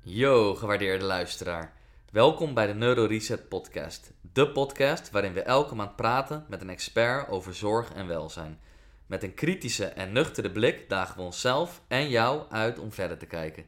Yo, gewaardeerde luisteraar. Welkom bij de Neuro Reset podcast. De podcast waarin we elke maand praten met een expert over zorg en welzijn. Met een kritische en nuchtere blik dagen we onszelf en jou uit om verder te kijken.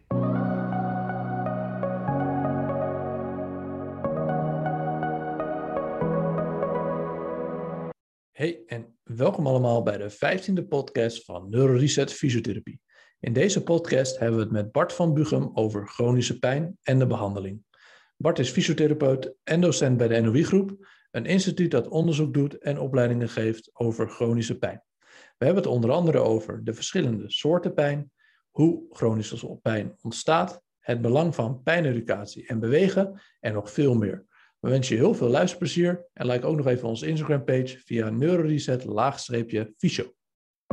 Hey en welkom allemaal bij de 15e podcast van NeuroReset Fysiotherapie. In deze podcast hebben we het met Bart van Bugem over chronische pijn en de behandeling. Bart is fysiotherapeut en docent bij de NOI-groep, een instituut dat onderzoek doet en opleidingen geeft over chronische pijn. We hebben het onder andere over de verschillende soorten pijn, hoe chronische pijn ontstaat, het belang van pijneducatie en bewegen en nog veel meer. We wensen je heel veel luisterplezier en like ook nog even onze Instagram page via neuroreset_fysio.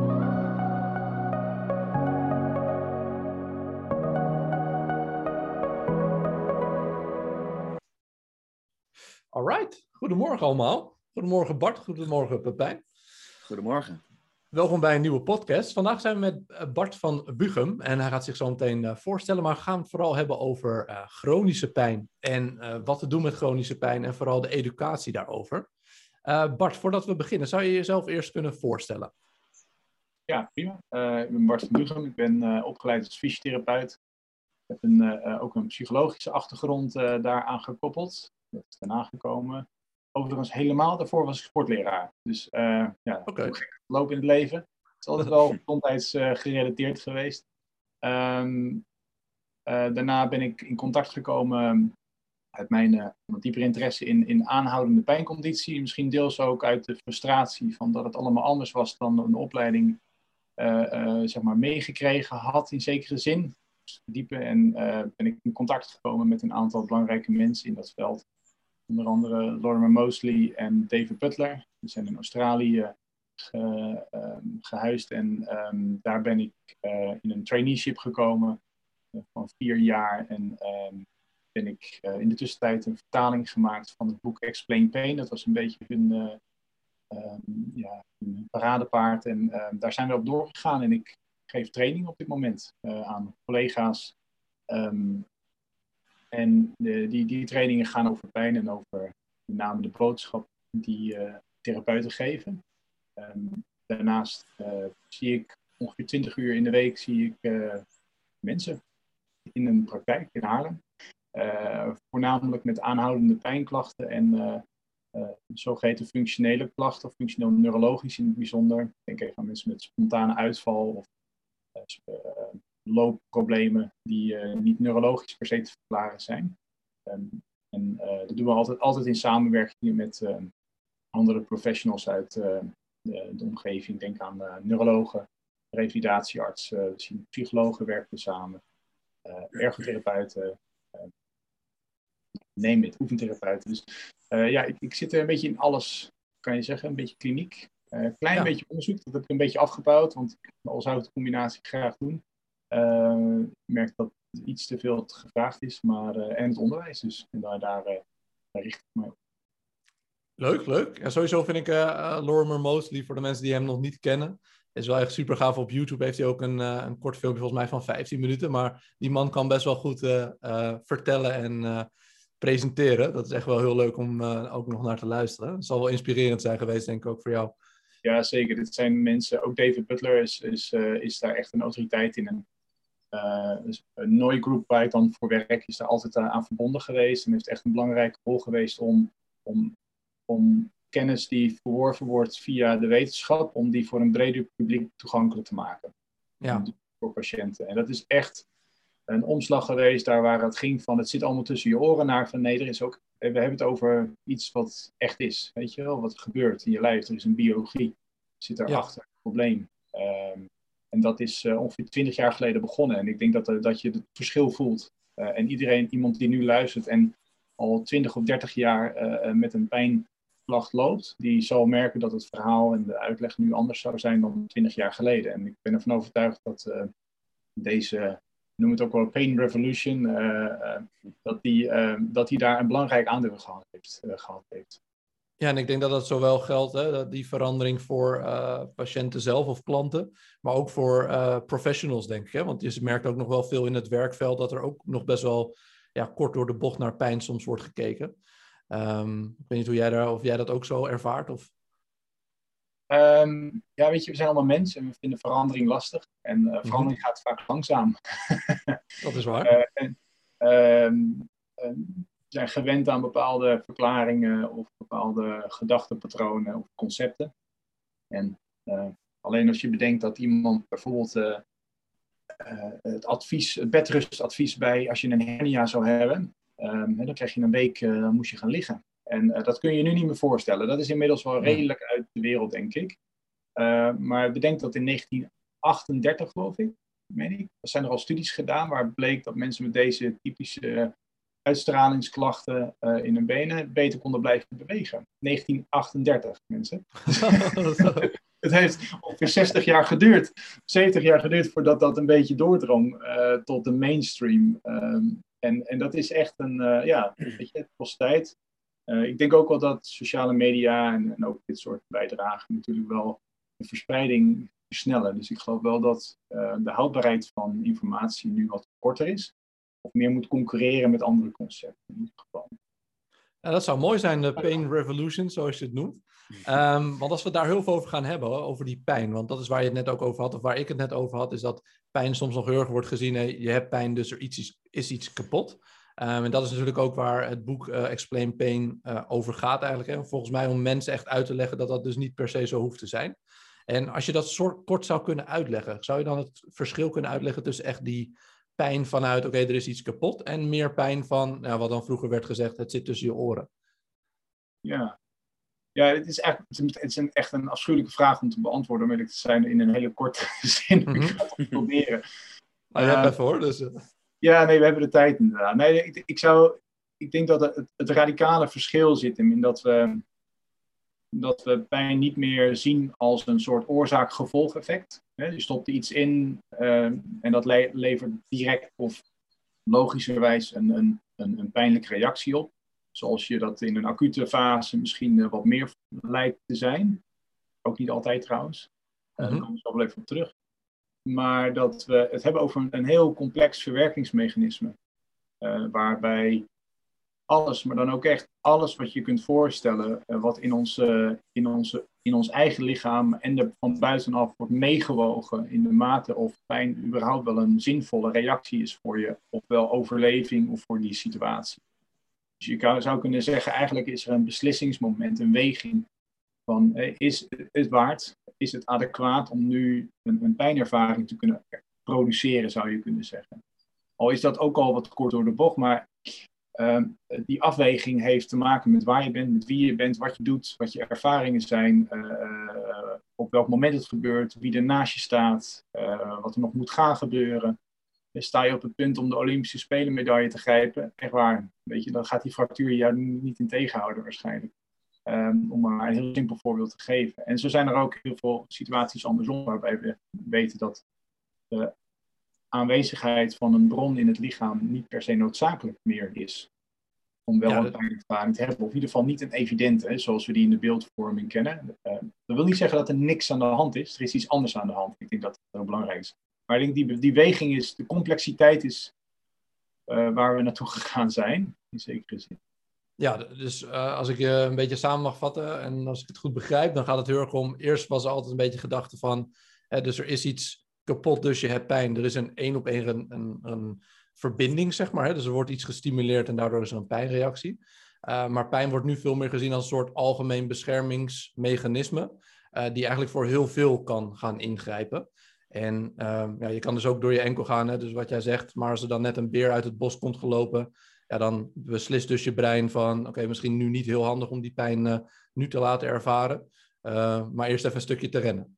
Alright, goedemorgen allemaal. Goedemorgen Bart, goedemorgen Pepijn. Goedemorgen. Welkom bij een nieuwe podcast. Vandaag zijn we met Bart van Bugem en hij gaat zich zo meteen voorstellen, maar we gaan het vooral hebben over chronische pijn en wat te doen met chronische pijn en vooral de educatie daarover. Bart, voordat we beginnen, zou je jezelf eerst kunnen voorstellen? Ja, prima. Ik ben Bart van Bugem. Ik ben opgeleid als fysiotherapeut. Ik heb ook een psychologische achtergrond daaraan gekoppeld. Dat is daarna gekomen. Overigens, helemaal daarvoor was ik sportleraar. Dus hoe gek lopen in het leven. Het is altijd wel gezondheidsgerelateerd geweest. Daarna ben ik in contact gekomen uit mijn dieper interesse in aanhoudende pijnconditie. Misschien deels ook uit de frustratie van dat het allemaal anders was dan een opleiding meegekregen had in zekere zin. Verdiepen en ben ik in contact gekomen met een aantal belangrijke mensen in dat veld. Onder andere Lorimer Moseley en David Butler. Die zijn in Australië gehuisd en daar ben ik in een traineeship gekomen van 4 jaar en ben ik in de tussentijd een vertaling gemaakt van het boek Explain Pain. Dat was een beetje hun paradepaard en daar zijn we op doorgegaan en ik geef training op dit moment aan collega's. En die trainingen gaan over pijn en over met name de boodschap die therapeuten geven. Daarnaast zie ik ongeveer 20 uur in de week mensen in een praktijk in Haarlem. Voornamelijk met aanhoudende pijnklachten en zogeheten functionele klachten, of functioneel neurologisch in het bijzonder. Ik denk even aan mensen met spontane uitval of loopproblemen die niet neurologisch per se te verklaren zijn. Dat doen we altijd in samenwerking met andere professionals uit de omgeving. Denk aan neurologen, revalidatieartsen, psychologen werken we samen, ergotherapeuten, neem het, oefentherapeuten. Dus ik zit er een beetje in alles, kan je zeggen, een beetje kliniek. Beetje onderzoek, dat heb ik een beetje afgebouwd, want al zou ik de combinatie graag doen. Ik merk dat het iets te veel gevraagd is, maar en het onderwijs dus. En daar richt ik me op. Leuk. Ja, sowieso vind ik Lorimer Moseley, voor de mensen die hem nog niet kennen, is wel echt super gaaf. Op YouTube heeft hij ook een kort filmpje, volgens mij van 15 minuten. Maar die man kan best wel goed vertellen en presenteren. Dat is echt wel heel leuk om ook nog naar te luisteren. Het zal wel inspirerend zijn geweest, denk ik ook voor jou. Ja, zeker. Dit zijn mensen, ook David Butler is daar echt een autoriteit in. En dus een NOI Group waar ik dan voor werk is daar altijd aan verbonden geweest. En heeft echt een belangrijke rol geweest om kennis die verworven wordt via de wetenschap, om die voor een breder publiek toegankelijk te maken. Ja. Voor patiënten. En dat is echt een omslag geweest daar waar het ging van het zit allemaal tussen je oren naar van nee, we hebben het over iets wat echt is. Weet je wel, wat er gebeurt in je lijf. Er is een biologie. Zit daarachter een probleem. En dat is ongeveer 20 jaar geleden begonnen. En ik denk dat je het verschil voelt. En iemand die nu luistert en al 20 of 30 jaar met een pijnklacht loopt, die zal merken dat het verhaal en de uitleg nu anders zou zijn dan 20 jaar geleden. En ik ben ervan overtuigd dat deze, noem het ook wel Pain Revolution, dat die daar een belangrijk aandeel gehad heeft. Ja, en ik denk dat dat zowel geldt, hè, dat die verandering voor patiënten zelf of klanten, maar ook voor professionals, denk ik. Hè? Want je merkt ook nog wel veel in het werkveld dat er ook nog best wel kort door de bocht naar pijn soms wordt gekeken. Ik weet niet of jij dat ook zo ervaart? Of... Ja, weet je, we zijn allemaal mensen en we vinden verandering lastig. En verandering gaat vaak langzaam. Dat is waar. We zijn gewend aan bepaalde verklaringen of bepaalde gedachtepatronen of concepten. En alleen als je bedenkt dat iemand bijvoorbeeld het bedrustadvies bij als je een hernia zou hebben, dan krijg je een week, dan moest je gaan liggen. En dat kun je je nu niet meer voorstellen. Dat is inmiddels wel redelijk uit de wereld, denk ik. Maar bedenk dat in 1938, geloof ik, meen ik, er zijn er al studies gedaan waar bleek dat mensen met deze typische uitstralingsklachten in hun benen beter konden blijven bewegen. 1938, mensen. Het heeft ongeveer 60 jaar geduurd, 70 jaar geduurd voordat dat een beetje doordrong tot de mainstream. En dat is echt weet je, het kost tijd. Ik denk ook wel dat sociale media en ook dit soort bijdragen natuurlijk wel de verspreiding versnellen. Dus ik geloof wel dat de houdbaarheid van informatie nu wat korter is. Of meer moet concurreren met andere concepten in ieder geval. Ja, dat zou mooi zijn, de pain revolution, zoals je het noemt. Want als we daar heel veel over gaan hebben, over die pijn, want dat is waar je het net ook over had, of waar ik het net over had, is dat pijn soms nog heel erg wordt gezien, je hebt pijn, dus er is iets kapot. En dat is natuurlijk ook waar het boek Explain Pain over gaat eigenlijk. Hè? Volgens mij om mensen echt uit te leggen dat dat dus niet per se zo hoeft te zijn. En als je dat kort zou kunnen uitleggen, zou je dan het verschil kunnen uitleggen tussen echt die pijn vanuit, oké, er is iets kapot, en meer pijn van, wat dan vroeger werd gezegd, het zit tussen je oren? Ja, het is echt een afschuwelijke vraag om te beantwoorden, om eerlijk te zijn, in een hele korte zin. Ik ga het proberen. Je hebt even hoor, dus... Ja, nee, we hebben de tijd inderdaad. Nee, ik denk dat het radicale verschil zit in dat we pijn niet meer zien als een soort oorzaak-gevolg effect. Je stopt er iets in en dat levert direct of logischerwijs een pijnlijke reactie op. Zoals je dat in een acute fase misschien wat meer lijkt te zijn. Ook niet altijd trouwens. Daar komen we zo wel even op terug. Maar dat we het hebben over een heel complex verwerkingsmechanisme. Waarbij alles, maar dan ook echt alles wat je kunt voorstellen, wat in ons eigen lichaam en er van buitenaf wordt meegewogen in de mate of pijn überhaupt wel een zinvolle reactie is voor je, ofwel overleving of voor die situatie. Dus je zou kunnen zeggen, eigenlijk is er een beslissingsmoment, een weging van, is het waard, is het adequaat om nu een pijnervaring te kunnen produceren, zou je kunnen zeggen. Al is dat ook al wat kort door de bocht, maar die afweging heeft te maken met waar je bent, met wie je bent, wat je doet, wat je ervaringen zijn, op welk moment het gebeurt, wie er naast je staat, wat er nog moet gaan gebeuren. Sta je op het punt om de Olympische Spelen medaille te grijpen, echt waar, weet je, dan gaat die fractuur jou niet in tegenhouden waarschijnlijk. Om maar een heel simpel voorbeeld te geven. En zo zijn er ook heel veel situaties andersom, waarbij we weten dat de aanwezigheid van een bron in het lichaam niet per se noodzakelijk meer is. Om wel een pijnervaring te hebben. Of in ieder geval niet een evidente, zoals we die in de beeldvorming kennen. Dat wil niet zeggen dat er niks aan de hand is. Er is iets anders aan de hand. Ik denk dat dat heel belangrijk is. Maar ik denk die weging is, de complexiteit is waar we naartoe gegaan zijn. In zekere zin. Ja, dus als ik je een beetje samen mag vatten en als ik het goed begrijp, dan gaat het heel erg om, eerst was er altijd een beetje gedachte van, dus er is iets kapot, dus je hebt pijn. Er is een één op één een verbinding, zeg maar. Dus er wordt iets gestimuleerd en daardoor is er een pijnreactie. Maar pijn wordt nu veel meer gezien als een soort algemeen beschermingsmechanisme, die eigenlijk voor heel veel kan gaan ingrijpen. En je kan dus ook door je enkel gaan, hè, dus wat jij zegt, maar als er dan net een beer uit het bos komt gelopen, dan beslist dus je brein van, oké, misschien nu niet heel handig om die pijn nu te laten ervaren, maar eerst even een stukje te rennen.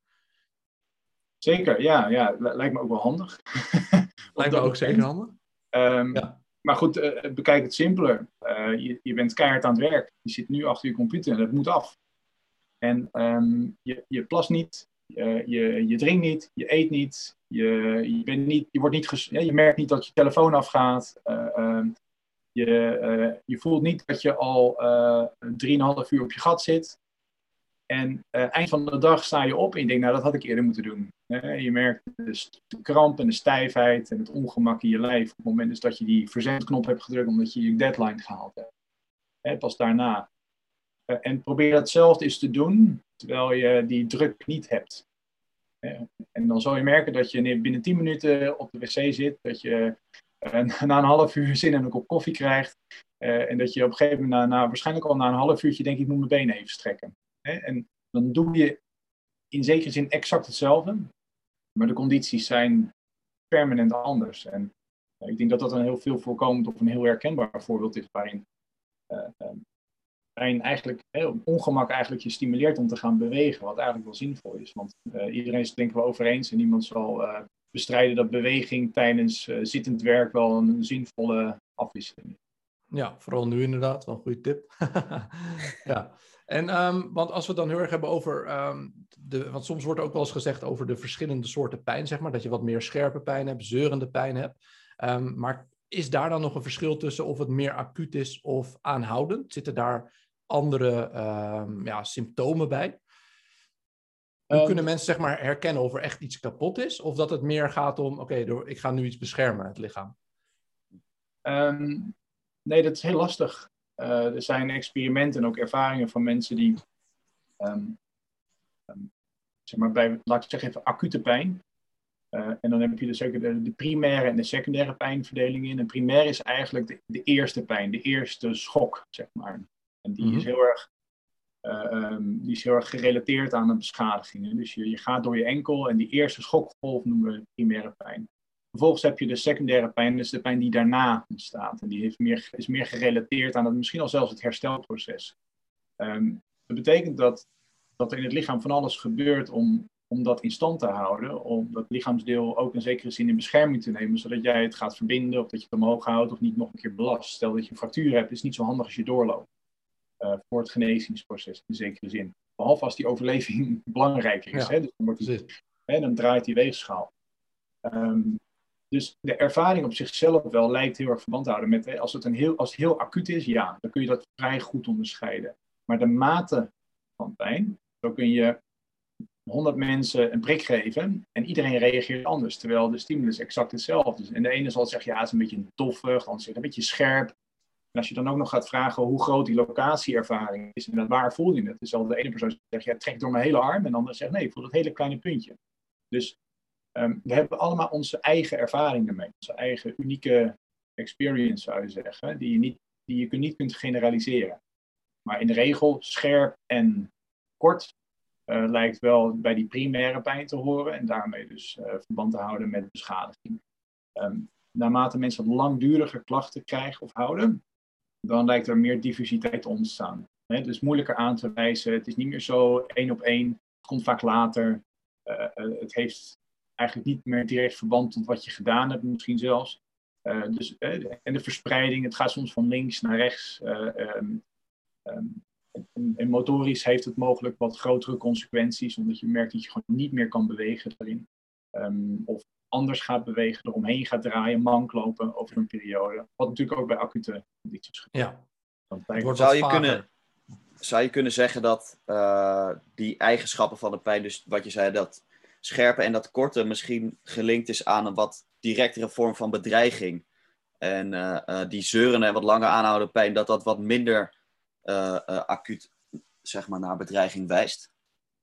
Zeker, ja, lijkt me ook wel handig. Lijkt me ook zeker handig. Maar goed, bekijk het simpeler. Je bent keihard aan het werk. Je zit nu achter je computer en dat moet af. En je plast niet, je drinkt niet, je eet niet, je merkt niet dat je telefoon afgaat. Je voelt niet dat je al 3,5 uur op je gat zit. En eind van de dag sta je op en je denkt, nou dat had ik eerder moeten doen. Je merkt de kramp en de stijfheid en het ongemak in je lijf. Op het moment dus dat je die verzendknop hebt gedrukt omdat je je deadline gehaald hebt. Pas daarna. En probeer dat zelf eens te doen terwijl je die druk niet hebt. En dan zal je merken dat je binnen 10 minuten op de wc zit. Dat je na een half uur zin in een kop koffie krijgt. En dat je op een gegeven moment waarschijnlijk al na een half uurtje denkt, ik moet mijn benen even strekken. En dan doe je in zekere zin exact hetzelfde. Maar de condities zijn permanent anders. En ik denk dat dat een heel veel voorkomend of een heel herkenbaar voorbeeld is waarin eigenlijk, ongemak eigenlijk je stimuleert om te gaan bewegen, wat eigenlijk wel zinvol is. Want iedereen is het denk ik wel over eens en niemand zal bestrijden dat beweging tijdens zittend werk wel een zinvolle afwisseling is. Ja, vooral nu inderdaad, wel een goede tip. Ja. En want als we het dan heel erg hebben over, want soms wordt er ook wel eens gezegd over de verschillende soorten pijn, zeg maar, dat je wat meer scherpe pijn hebt, zeurende pijn hebt. Maar is daar dan nog een verschil tussen of het meer acuut is of aanhoudend? Zitten daar andere symptomen bij? Hoe kunnen mensen zeg maar herkennen of er echt iets kapot is? Of dat het meer gaat om, ik ga nu iets beschermen, het lichaam? Nee, dat is heel lastig. Er zijn experimenten en ook ervaringen van mensen die, zeg maar bij, laat ik zeggen even, acute pijn. En dan heb je dus ook de primaire en de secundaire pijnverdeling in. En primair is eigenlijk de eerste pijn, de eerste schok, zeg maar. En die is heel erg gerelateerd aan een beschadiging. Dus je gaat door je enkel en die eerste schokgolf noemen we primaire pijn. Vervolgens heb je de secundaire pijn, dus de pijn die daarna ontstaat. En die is meer gerelateerd aan misschien al zelfs het herstelproces. Dat betekent dat er in het lichaam van alles gebeurt om dat in stand te houden. Om dat lichaamsdeel ook in zekere zin in bescherming te nemen. Zodat jij het gaat verbinden of dat je het omhoog houdt of niet nog een keer belast. Stel dat je een fractuur hebt, is het niet zo handig als je doorloopt. Voor het genezingsproces in zekere zin. Behalve als die overleving belangrijker is. Ja, dus dan draait die weegschaal. Dus de ervaring op zichzelf wel lijkt heel erg verband te houden met, als het heel acuut is, ja, dan kun je dat vrij goed onderscheiden. Maar de mate van pijn, zo kun je 100 mensen een prik geven en iedereen reageert anders, terwijl de stimulus exact hetzelfde is. En de ene zal zeggen, ja, het is een beetje doffig, de ander zegt een beetje scherp. En als je dan ook nog gaat vragen hoe groot die locatieervaring is en waar voel je het, dus zal de ene persoon zeggen, ja, het trekt door mijn hele arm, en de andere zegt, nee, ik voel dat hele kleine puntje. Dus we hebben allemaal onze eigen ervaringen ermee. Onze eigen unieke experience, zou je zeggen. Die je niet kunt generaliseren. Maar in de regel, scherp en kort lijkt wel bij die primaire pijn te horen. En daarmee dus verband te houden met beschadiging. Naarmate mensen langduriger klachten krijgen of houden, dan lijkt er meer diversiteit te ontstaan. Het is moeilijker aan te wijzen. Het is niet meer zo 1 op 1. Het komt vaak later. Het heeft eigenlijk niet meer direct verband tot wat je gedaan hebt, misschien zelfs. En de verspreiding, het gaat soms van links naar rechts. En motorisch heeft het mogelijk wat grotere consequenties, omdat je merkt dat je gewoon niet meer kan bewegen daarin. Of anders gaat bewegen, eromheen gaat draaien, manklopen over een periode. Wat natuurlijk ook bij acute condities gebeurt. Ja. Het wordt zou je kunnen zeggen dat die eigenschappen van de pijn, dus wat je zei, dat scherpe en dat korte misschien gelinkt is aan een wat directere vorm van bedreiging. En die zeurende en wat langer aanhoudende pijn, dat wat minder acuut, zeg maar, naar bedreiging wijst?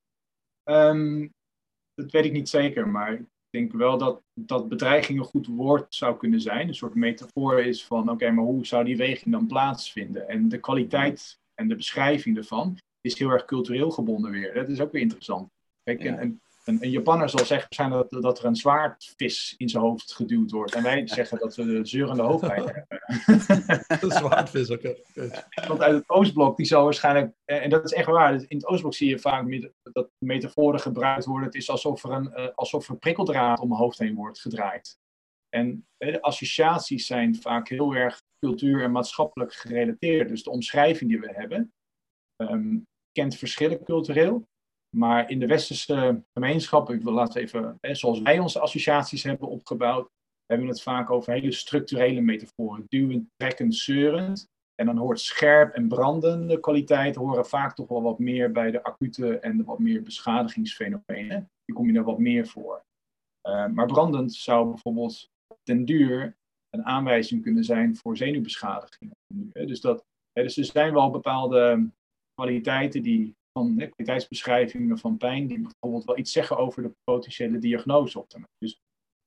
Dat weet ik niet zeker, maar ik denk wel dat bedreiging een goed woord zou kunnen zijn. Een soort metafoor is van, oké, maar hoe zou die weging dan plaatsvinden? En de kwaliteit en de beschrijving ervan is heel erg cultureel gebonden weer. Dat is ook weer interessant. Kijk, Ja. Een Japanner zal zeggen waarschijnlijk dat er een zwaardvis in zijn hoofd geduwd wordt. En wij zeggen dat we de zeurende hoofdpijn hebben. Een zwaardvis, oké. Want uit het Oostblok, die zal waarschijnlijk... En dat is echt waar. In het Oostblok zie je vaak dat metaforen gebruikt worden. Het is alsof er prikkeldraad om mijn hoofd heen wordt gedraaid. En de associaties zijn vaak heel erg cultuur- en maatschappelijk gerelateerd. Dus de omschrijving die we hebben kent verschillen cultureel. Maar in de westerse gemeenschap, laten we even, zoals wij onze associaties hebben opgebouwd, hebben we het vaak over hele structurele metaforen. Duwend, trekkend, zeurend. En dan hoort scherp en brandende kwaliteit horen vaak toch wel wat meer bij de acute en de wat meer beschadigingsfenomenen. Die kom je er wat meer voor. Maar brandend zou bijvoorbeeld ten duur een aanwijzing kunnen zijn voor zenuwbeschadiging. Dus er zijn wel bepaalde kwaliteiten kwaliteitsbeschrijvingen van pijn, die bijvoorbeeld wel iets zeggen over de potentiële diagnose op termijn. Dus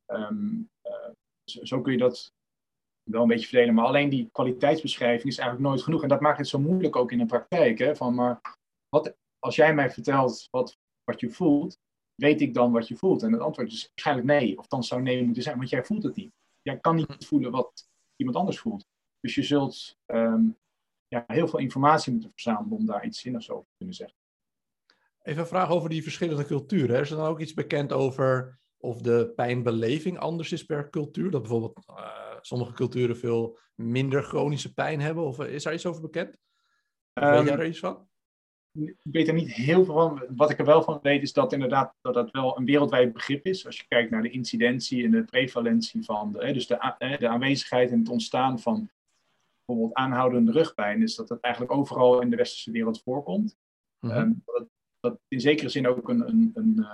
zo kun je dat wel een beetje verdelen. Maar alleen die kwaliteitsbeschrijving is eigenlijk nooit genoeg. En dat maakt het zo moeilijk ook in de praktijk. Hè? Maar als jij mij vertelt wat je voelt, weet ik dan wat je voelt? En het antwoord is waarschijnlijk nee. Of dan zou nee moeten zijn, want jij voelt het niet. Jij kan niet voelen wat iemand anders voelt. Dus je zult heel veel informatie moeten verzamelen om daar iets zinnigs over te kunnen zeggen. Even een vraag over die verschillende culturen. Is er dan ook iets bekend over of de pijnbeleving anders is per cultuur? Dat bijvoorbeeld sommige culturen veel minder chronische pijn hebben? Of is daar iets over bekend? Of weet jij er iets van? Ik weet er niet heel veel van. Wat ik er wel van weet is dat inderdaad dat wel een wereldwijd begrip is. Als je kijkt naar de incidentie en de prevalentie van de aanwezigheid en het ontstaan van bijvoorbeeld aanhoudende rugpijn, is dat eigenlijk overal in de westerse wereld voorkomt. Mm-hmm. Dat in zekere zin ook een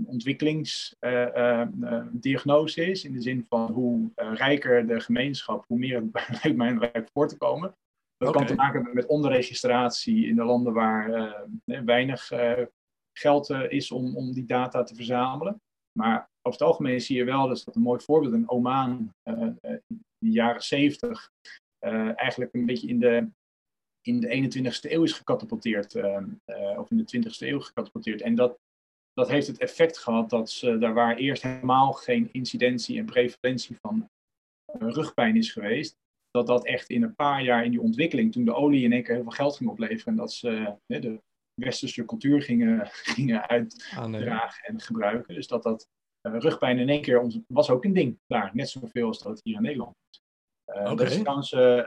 ontwikkelingsdiagnose is. In de zin van hoe rijker de gemeenschap, hoe meer het lijkt mij lijkt voor te komen. Dat kan te maken hebben met onderregistratie in de landen waar weinig geld is om die data te verzamelen. Maar over het algemeen zie je wel, dus dat een mooi voorbeeld, in Oman in de jaren 70 eigenlijk een beetje in de 21ste eeuw is gecatapulteerd, of in de 20ste eeuw gecatapulteerd. En dat heeft het effect gehad dat ze daar waar eerst helemaal geen incidentie en prevalentie van rugpijn is geweest, dat echt in een paar jaar in die ontwikkeling, toen de olie in één keer heel veel geld ging opleveren en dat ze de westerse cultuur gingen uitdragen en gebruiken. Dus dat rugpijn in één keer was ook een ding daar, net zoveel als dat hier in Nederland is. Dat is trouwens,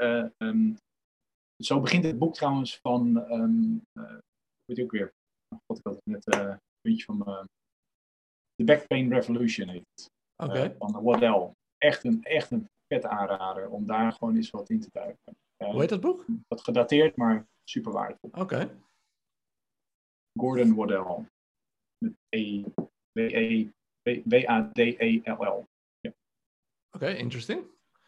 zo begint het boek trouwens van, weet je ook weer, wat ik had net een puntje van The Back Pain Revolution heet het. Van Waddell. Echt een vette aanrader om daar gewoon eens wat in te duiken. Hoe heet dat boek? Wat gedateerd, maar super waardevol. Oké. Gordon Waddell. Met W-A-D-E-L-L. Ja. Oké, interesting.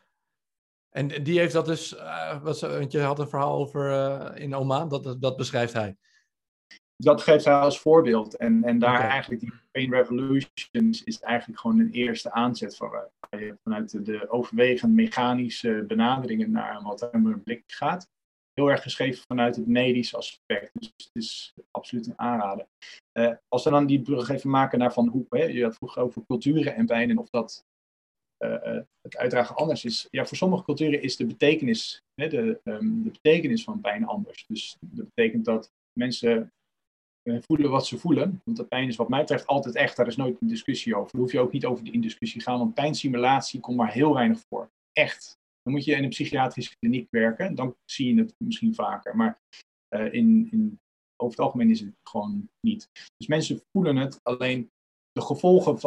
En die heeft dat dus, want je had een verhaal over in Oman, dat beschrijft hij. Dat geeft hij als voorbeeld. En daar eigenlijk die Pain Revolutions is eigenlijk gewoon een eerste aanzet voor. Waar je vanuit de overwegend mechanische benaderingen naar een wat ruimer blik gaat. Heel erg geschreven vanuit het medisch aspect. Dus het is absoluut een aanrader. Als we dan die brug even maken naar van je had vroeger over culturen en pijn en of dat het uitdragen anders is. Ja, voor sommige culturen is de betekenis, de betekenis van pijn anders. Dus dat betekent dat mensen voelen wat ze voelen. Want dat pijn is wat mij betreft altijd echt. Daar is nooit een discussie over. Daar hoef je ook niet over in discussie gaan. Want pijnsimulatie komt maar heel weinig voor. Echt. Dan moet je in een psychiatrische kliniek werken. Dan zie je het misschien vaker. Maar over het algemeen is het gewoon niet. Dus mensen voelen het. Alleen de gevolgen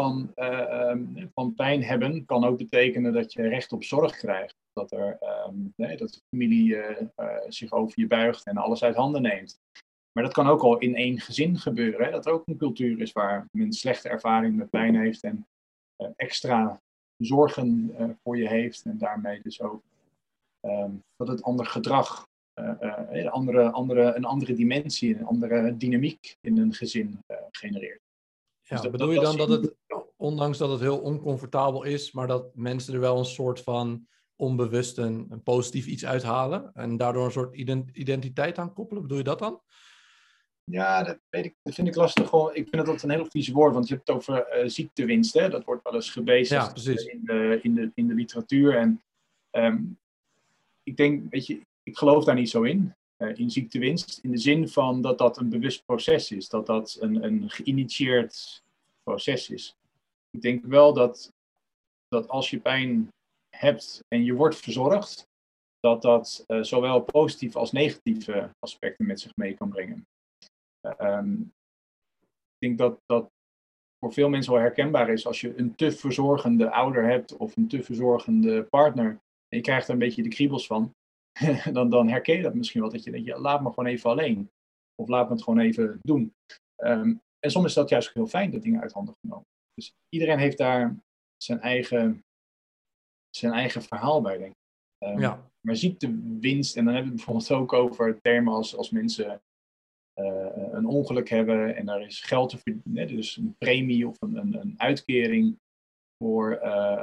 van pijn hebben kan ook betekenen dat je recht op zorg krijgt. Dat de familie zich over je buigt en alles uit handen neemt. Maar dat kan ook al in één gezin gebeuren. Hè? Dat er ook een cultuur is waar men slechte ervaring met pijn heeft en extra zorgen voor je heeft. En daarmee dus ook dat het ander gedrag, een andere dimensie, een andere dynamiek in een gezin genereert. Ja, dus bedoel je dan dat het, ondanks dat het heel oncomfortabel is, maar dat mensen er wel een soort van onbewust een positief iets uithalen en daardoor een soort identiteit aan koppelen? Bedoel je dat dan? Ja, dat vind ik lastig. Gewoon, ik vind dat een heel vies woord, want je hebt het over ziektewinst. Hè? Dat wordt wel eens gebezigd in de literatuur. En ik denk, ik geloof daar niet zo in ziektewinst. In de zin van dat een bewust proces is. Dat een geïnitieerd proces is. Ik denk wel dat als je pijn hebt en je wordt verzorgd, dat zowel positieve als negatieve aspecten met zich mee kan brengen. Ik denk dat voor veel mensen wel herkenbaar is als je een te verzorgende ouder hebt of een te verzorgende partner. En je krijgt er een beetje de kriebels van. dan herken je dat misschien wel. Dat je denkt, ja, laat me gewoon even alleen. Of laat me het gewoon even doen. En soms is dat juist heel fijn, dat dingen uit handen genomen. Dus iedereen heeft daar zijn eigen verhaal bij, denk ik. Maar ziektewinst, en dan hebben we het bijvoorbeeld ook over termen als mensen een ongeluk hebben en daar is geld te verdienen, dus een premie of een uitkering voor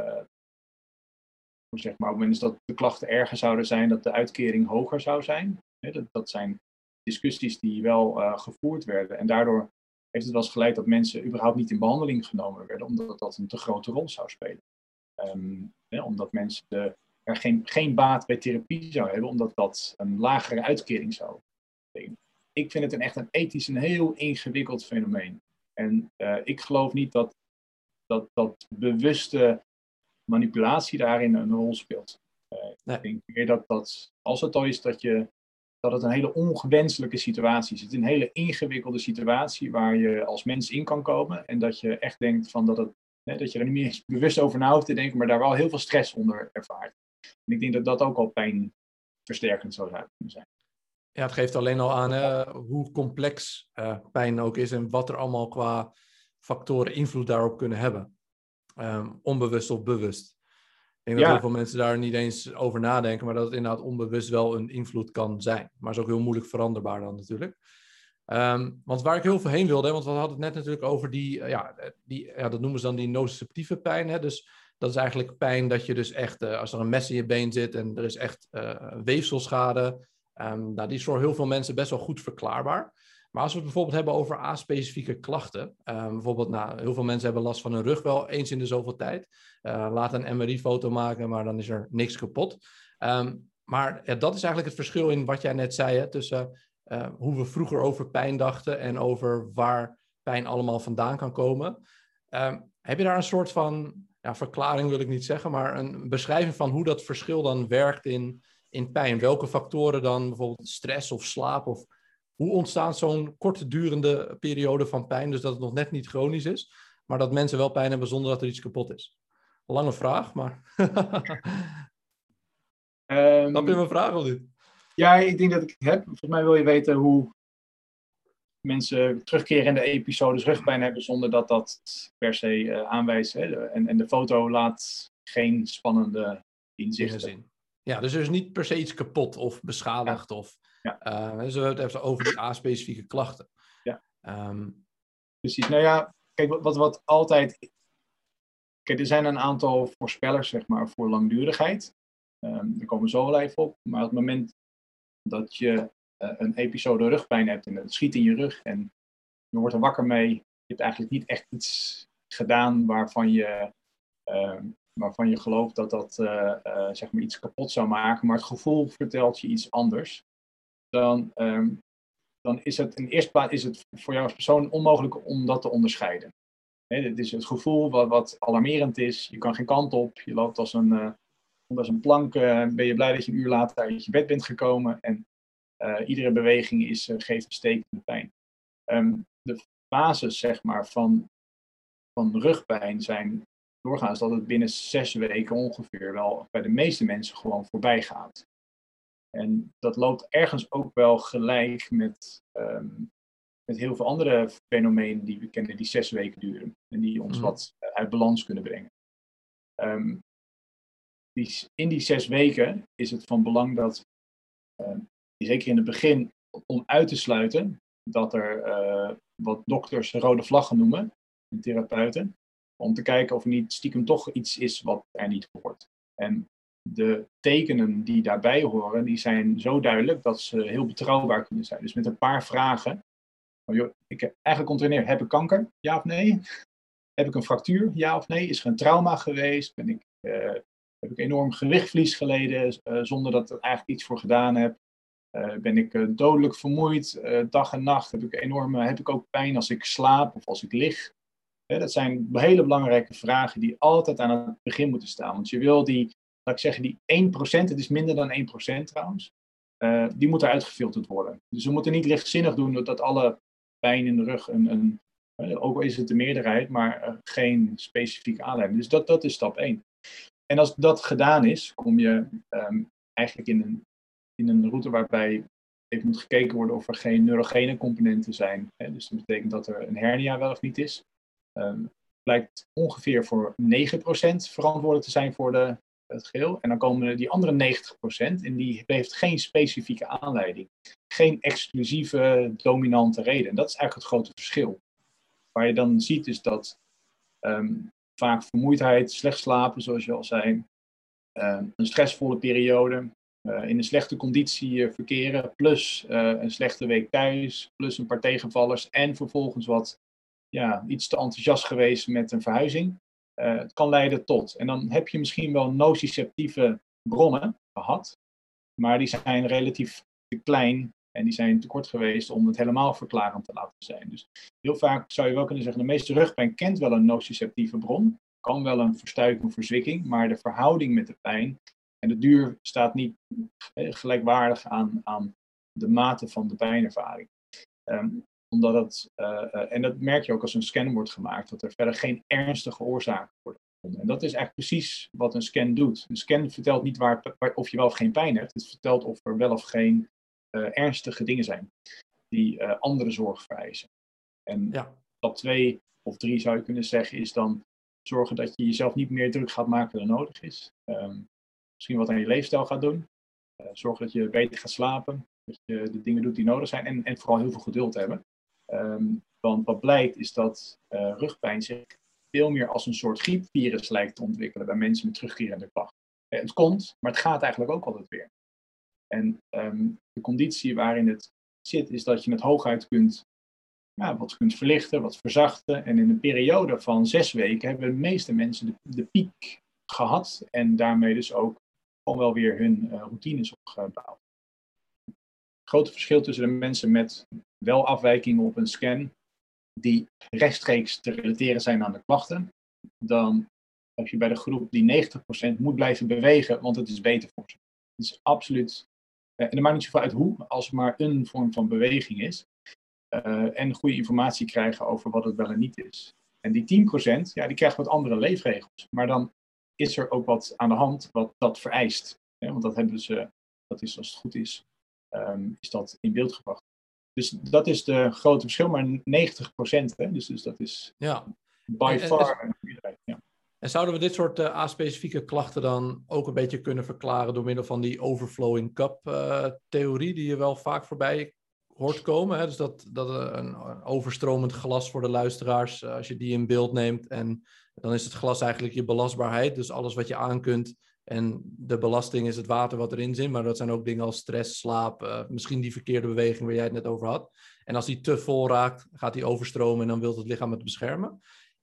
zeg maar op het moment dat de klachten erger zouden zijn, dat de uitkering hoger zou zijn. Dat zijn discussies die wel gevoerd werden en daardoor heeft het wel eens geleid dat mensen überhaupt niet in behandeling genomen werden, omdat dat een te grote rol zou spelen. Omdat mensen er geen baat bij therapie zouden hebben, omdat dat een lagere uitkering zou betekenen. Ik vind het echt een ethisch een heel ingewikkeld fenomeen. En ik geloof niet dat bewuste manipulatie daarin een rol speelt. Nee. Ik denk meer dat als het al is dat het een hele onwenselijke situatie is. Het is een hele ingewikkelde situatie waar je als mens in kan komen. En dat je echt denkt van dat je er niet meer bewust over na hoeft te denken, maar daar wel heel veel stress onder ervaart. En ik denk dat dat ook al pijnversterkend zou kunnen zijn. Ja, het geeft alleen al aan hoe complex pijn ook is en wat er allemaal qua factoren invloed daarop kunnen hebben. Onbewust of bewust. Ik denk dat heel veel mensen daar niet eens over nadenken, maar dat het inderdaad onbewust wel een invloed kan zijn. Maar is ook heel moeilijk veranderbaar dan natuurlijk. Want waar ik heel veel heen wilde, want we hadden het net natuurlijk over dat noemen ze dan die nociceptieve pijn. Hè? Dus dat is eigenlijk pijn dat je dus echt, als er een mes in je been zit en er is echt weefselschade, die is voor heel veel mensen best wel goed verklaarbaar. Maar als we het bijvoorbeeld hebben over A-specifieke klachten, bijvoorbeeld heel veel mensen hebben last van hun rug wel eens in de zoveel tijd. Laat een MRI-foto maken, maar dan is er niks kapot. Maar dat is eigenlijk het verschil in wat jij net zei, hè, tussen hoe we vroeger over pijn dachten en over waar pijn allemaal vandaan kan komen. Heb je daar een soort van verklaring, wil ik niet zeggen, maar een beschrijving van hoe dat verschil dan werkt in pijn? Welke factoren dan, bijvoorbeeld stress of slaap, of hoe ontstaat zo'n korte durende periode van pijn, dus dat het nog net niet chronisch is, maar dat mensen wel pijn hebben zonder dat er iets kapot is? Lange vraag, maar snap je mijn vraag of niet? Ja, ik denk dat ik het heb. Volgens mij wil je weten hoe mensen terugkerende episodes rugpijn hebben zonder dat per se aanwijst. Hè? En de foto laat geen spannende inzichten zien. Ja, dus er is niet per se iets kapot of beschadigd. Dus we hebben het even over die A-specifieke klachten. Ja. Precies. Nou ja, kijk, wat altijd... Kijk, er zijn een aantal voorspellers, zeg maar, voor langdurigheid. Daar komen we zo wel even op. Maar op het moment dat je een episode rugpijn hebt en het schiet in je rug en je wordt er wakker mee, je hebt eigenlijk niet echt iets gedaan waarvan je gelooft dat zeg maar iets kapot zou maken, maar het gevoel vertelt je iets anders, dan is het in eerste plaats voor jou als persoon onmogelijk om dat te onderscheiden. Dit is het gevoel wat alarmerend is. Je kan geen kant op. Je loopt als een plank. Ben je blij dat je een uur later uit je bed bent gekomen. En iedere beweging geeft een stekende pijn. De fases, zeg maar, van rugpijn zijn doorgaans dat het binnen 6 weken ongeveer wel bij de meeste mensen gewoon voorbij gaat. En dat loopt ergens ook wel gelijk met heel veel andere fenomenen die we kennen die 6 weken duren. En die ons wat uit balans kunnen brengen. In die 6 weken is het van belang dat, zeker in het begin, om uit te sluiten, dat er wat dokters rode vlaggen noemen, en therapeuten, om te kijken of er niet stiekem toch iets is wat er niet hoort. En de tekenen die daarbij horen, die zijn zo duidelijk dat ze heel betrouwbaar kunnen zijn. Dus met een paar vragen. Eigenlijk komt er neer, heb ik kanker? Ja of nee? Heb ik een fractuur? Ja of nee? Is er een trauma geweest? Heb ik enorm gewichtverlies geleden zonder dat ik eigenlijk iets voor gedaan heb? Ben ik dodelijk vermoeid dag en nacht? Heb ik ook pijn als ik slaap of als ik lig? Dat zijn hele belangrijke vragen die altijd aan het begin moeten staan. Want je wil die 1%, het is minder dan 1% trouwens, die moet eruit gefilterd worden. Dus we moeten niet lichtzinnig doen dat alle pijn in de rug een Ook al is het de meerderheid, maar geen specifieke aanleiding. Dus dat is stap 1. En als dat gedaan is, kom je eigenlijk in een route waarbij even moet gekeken worden of er geen neurogene componenten zijn. Dus dat betekent dat er een hernia wel of niet is. Blijkt ongeveer voor 9% verantwoordelijk te zijn voor het geheel. En dan komen die andere 90% en die heeft geen specifieke aanleiding. Geen exclusieve, dominante reden. En dat is eigenlijk het grote verschil. Waar je dan ziet is dat vaak vermoeidheid, slecht slapen, zoals je al zei, een stressvolle periode, in een slechte conditie verkeren, plus een slechte week thuis, plus een paar tegenvallers en vervolgens iets te enthousiast geweest met een verhuizing. Het kan leiden tot. En dan heb je misschien wel nociceptieve bronnen gehad, maar die zijn relatief te klein en die zijn te kort geweest om het helemaal verklarend te laten zijn. Dus heel vaak zou je wel kunnen zeggen, de meeste rugpijn kent wel een nociceptieve bron, kan wel een verstuiking of verzwikking, maar de verhouding met de pijn en de duur staat niet gelijkwaardig aan de mate van de pijnervaring. Omdat en dat merk je ook als een scan wordt gemaakt, dat er verder geen ernstige oorzaken worden gevonden. En dat is eigenlijk precies wat een scan doet. Een scan vertelt niet of je wel of geen pijn hebt. Het vertelt of er wel of geen ernstige dingen zijn die andere zorg vereisen. En stap 2 of 3 zou je kunnen zeggen is dan zorgen dat je jezelf niet meer druk gaat maken dan nodig is. Misschien wat aan je leefstijl gaat doen. Zorgen dat je beter gaat slapen. Dat je de dingen doet die nodig zijn. En vooral heel veel geduld hebben. Want wat blijkt is dat rugpijn zich veel meer als een soort griepvirus lijkt te ontwikkelen bij mensen met terugkerende klachten. Het komt, maar het gaat eigenlijk ook altijd weer. En de conditie waarin het zit is dat je het hooguit wat kunt verlichten, wat verzachten. En in een periode van 6 weken hebben de meeste mensen de piek gehad en daarmee dus ook gewoon wel weer hun routines opgebouwd. Het grote verschil tussen de mensen met wel afwijkingen op een scan die rechtstreeks te relateren zijn aan de klachten, dan heb je bij de groep die 90% moet blijven bewegen, want het is beter voor ze. Het is absoluut, en er maakt niet zoveel uit hoe, als het maar een vorm van beweging is. En goede informatie krijgen over wat het wel en niet is. En die 10%, die krijgt wat andere leefregels. Maar dan is er ook wat aan de hand wat dat vereist. Want dat hebben ze, dat is als het goed is dat in beeld gebracht. Dus dat is de grote verschil, maar 90%. Dus dat is by far een meerderheid. Ja. En zouden we dit soort aspecifieke klachten dan ook een beetje kunnen verklaren door middel van die overflowing cup theorie die je wel vaak voorbij hoort komen? Hè? Dus dat een overstromend glas voor de luisteraars, als je die in beeld neemt en dan is het glas eigenlijk je belastbaarheid, dus alles wat je aan kunt. En de belasting is het water wat erin zit, maar dat zijn ook dingen als stress, slaap, misschien die verkeerde beweging waar jij het net over had. En als die te vol raakt, gaat die overstromen en dan wil het lichaam het beschermen.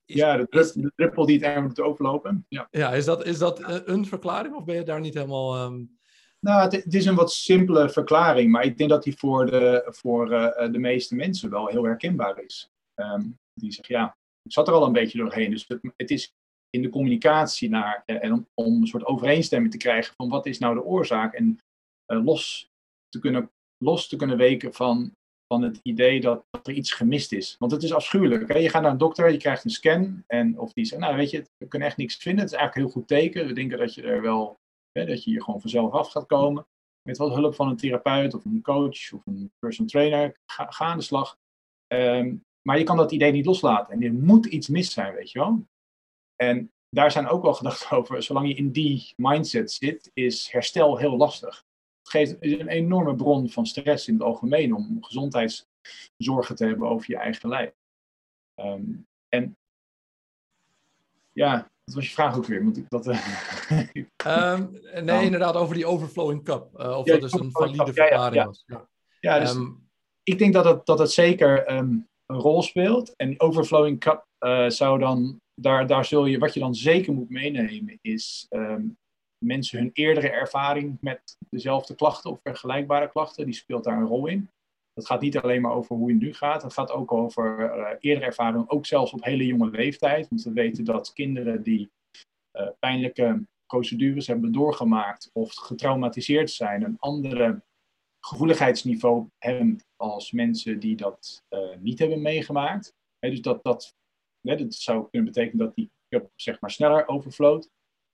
De druppel die het eigenlijk moet overlopen. Ja, is dat een verklaring of ben je daar niet helemaal... Nou, het is een wat simpele verklaring, maar ik denk dat die voor de meeste mensen wel heel herkenbaar is. Die zeggen, ik zat er al een beetje doorheen, dus het is in de communicatie en om een soort overeenstemming te krijgen van wat is nou de oorzaak en los te kunnen weken van het idee dat er iets gemist is. Want het is afschuwelijk. Hè? Je gaat naar een dokter, je krijgt een scan of die zegt, nou weet je, we kunnen echt niks vinden. Het is eigenlijk een heel goed teken. We denken dat je er wel, dat je hier gewoon vanzelf af gaat komen. Met wat hulp van een therapeut of een coach of een personal trainer. Ga aan de slag. Maar je kan dat idee niet loslaten. En er moet iets mis zijn, weet je wel. En daar zijn ook wel gedachten over. Zolang je in die mindset zit, is herstel heel lastig. Het is een enorme bron van stress in het algemeen om gezondheidszorgen te hebben over je eigen lijf. Dat was je vraag ook weer. Moet ik dat, inderdaad, over die overflowing cup. Of dat dus een valide verklaring was. Ja, dus ik denk dat het zeker een rol speelt. En die overflowing cup zou dan, daar zul je, wat je dan zeker moet meenemen, is mensen hun eerdere ervaring met dezelfde klachten of vergelijkbare klachten, die speelt daar een rol in. Dat gaat niet alleen maar over hoe het nu gaat. Het gaat ook over eerdere ervaring, ook zelfs op hele jonge leeftijd. Want we weten dat kinderen die pijnlijke procedures hebben doorgemaakt of getraumatiseerd zijn, een andere gevoeligheidsniveau hebben als mensen die dat niet hebben meegemaakt. Dus dat zou kunnen betekenen dat die cup zeg maar sneller overflowt.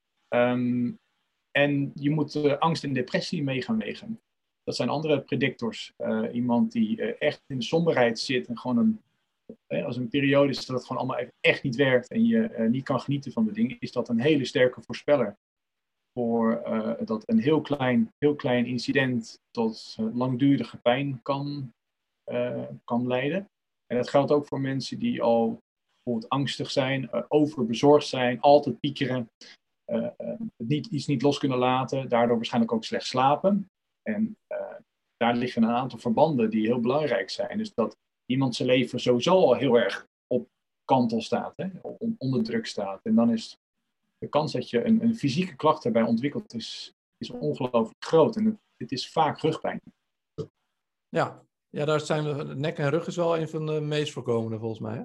En je moet angst en depressie mee gaan wegen. Dat zijn andere predictors. Iemand die echt in de somberheid zit en gewoon als een periode is dat het gewoon allemaal echt niet werkt en je niet kan genieten van de dingen, is dat een hele sterke voorspeller voor dat een heel klein incident tot langdurige pijn kan leiden. En dat geldt ook voor mensen die al bijvoorbeeld angstig zijn, overbezorgd zijn, altijd piekeren, iets niet los kunnen laten, daardoor waarschijnlijk ook slecht slapen. En daar liggen een aantal verbanden die heel belangrijk zijn. Dus dat iemand zijn leven sowieso al heel erg op kantel staat, onder druk staat. En dan is de kans dat je een fysieke klacht erbij ontwikkelt, is ongelooflijk groot. En het is vaak rugpijn. Ja, daar zijn we. Nek en rug is wel een van de meest voorkomende volgens mij.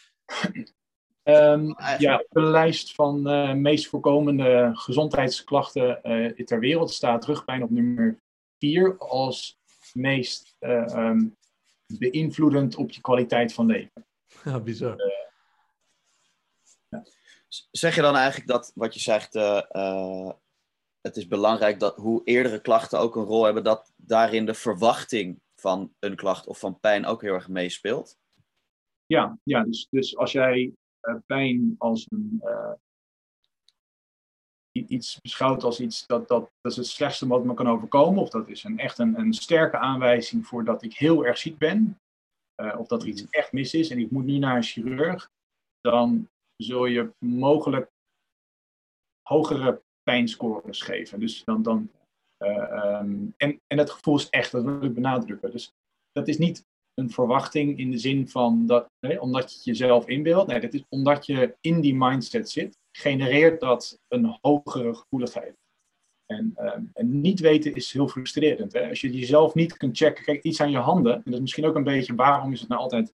Op de lijst van meest voorkomende gezondheidsklachten ter wereld staat rugpijn op nummer 4 als meest beïnvloedend op je kwaliteit van leven. Ja, bizar. Zeg je dan eigenlijk dat, wat je zegt, het is belangrijk dat hoe eerdere klachten ook een rol hebben, dat daarin de verwachting van een klacht of van pijn ook heel erg meespeelt? Ja, dus als jij pijn als iets beschouwt als iets dat is het slechtste wat me kan overkomen, of dat is echt een sterke aanwijzing voor dat ik heel erg ziek ben, of dat er iets echt mis is en ik moet nu naar een chirurg, dan zul je mogelijk hogere pijnscores geven. Dus en het gevoel is echt, dat wil ik benadrukken. Dus dat is niet een verwachting in de zin van omdat je het jezelf inbeeldt. Nee, dat is omdat je in die mindset zit, genereert dat een hogere gevoeligheid. En niet weten is heel frustrerend. Hè? Als je jezelf niet kunt checken, kijk, iets aan je handen, en dat is misschien ook een beetje waarom is het nou altijd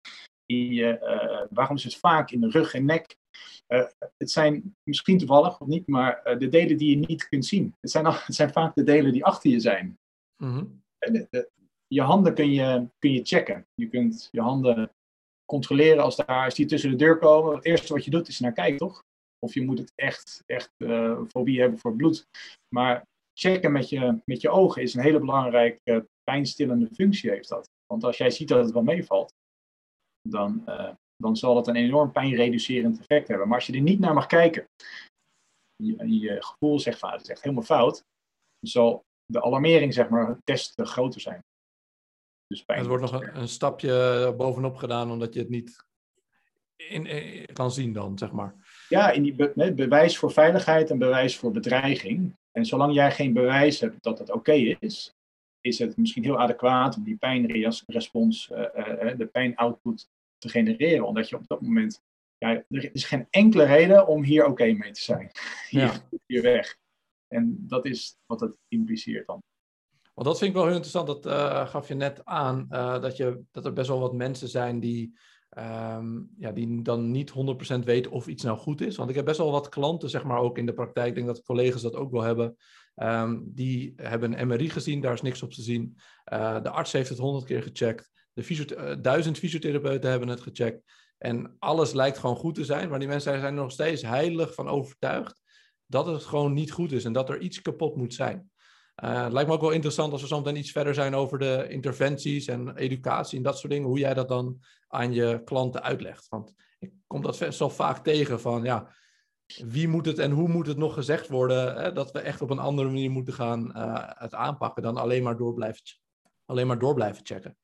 waarom is het vaak in de rug en nek? Het zijn misschien toevallig of niet, maar de delen die je niet kunt zien. Het zijn vaak de delen die achter je zijn. Mm-hmm. Je handen kun je checken. Je kunt je handen controleren als die tussen de deur komen. Het eerste wat je doet is naar kijken, toch? Of je moet het echt fobie hebben voor bloed. Maar checken met je ogen is een hele belangrijke pijnstillende functie heeft dat. Want als jij ziet dat het wel meevalt, dan zal dat een enorm pijnreducerend effect hebben. Maar als je er niet naar mag kijken, je gevoel zegt van, het is echt helemaal fout, dan zal de alarmering, zeg maar, des te groter zijn. Dus pijn. Het wordt nog een stapje bovenop gedaan, omdat je het niet kan zien dan, zeg maar. Ja, in die bewijs voor veiligheid en bewijs voor bedreiging. En zolang jij geen bewijs hebt dat het oké is het misschien heel adequaat om die pijnrespons, de pijnoutput te genereren. Omdat je op dat moment, er is geen enkele reden om hier oké mee te zijn. Hier weg. En dat is wat het impliceert dan. Want dat vind ik wel heel interessant, dat gaf je net aan, dat er best wel wat mensen zijn die dan niet 100% weten of iets nou goed is. Want ik heb best wel wat klanten, zeg maar, ook in de praktijk, ik denk dat collega's dat ook wel hebben, die hebben een MRI gezien, daar is niks op te zien. De arts heeft het 100 keer gecheckt, 1000 fysiotherapeuten hebben het gecheckt en alles lijkt gewoon goed te zijn, maar die mensen zijn er nog steeds heilig van overtuigd dat het gewoon niet goed is en dat er iets kapot moet zijn. Het lijkt me ook wel interessant als we zometeen iets verder zijn over de interventies en educatie en dat soort dingen, hoe jij dat dan aan je klanten uitlegt. Want ik kom dat best wel vaak tegen van, wie moet het en hoe moet het nog gezegd worden, hè, dat we echt op een andere manier moeten gaan het aanpakken dan alleen maar door blijven checken.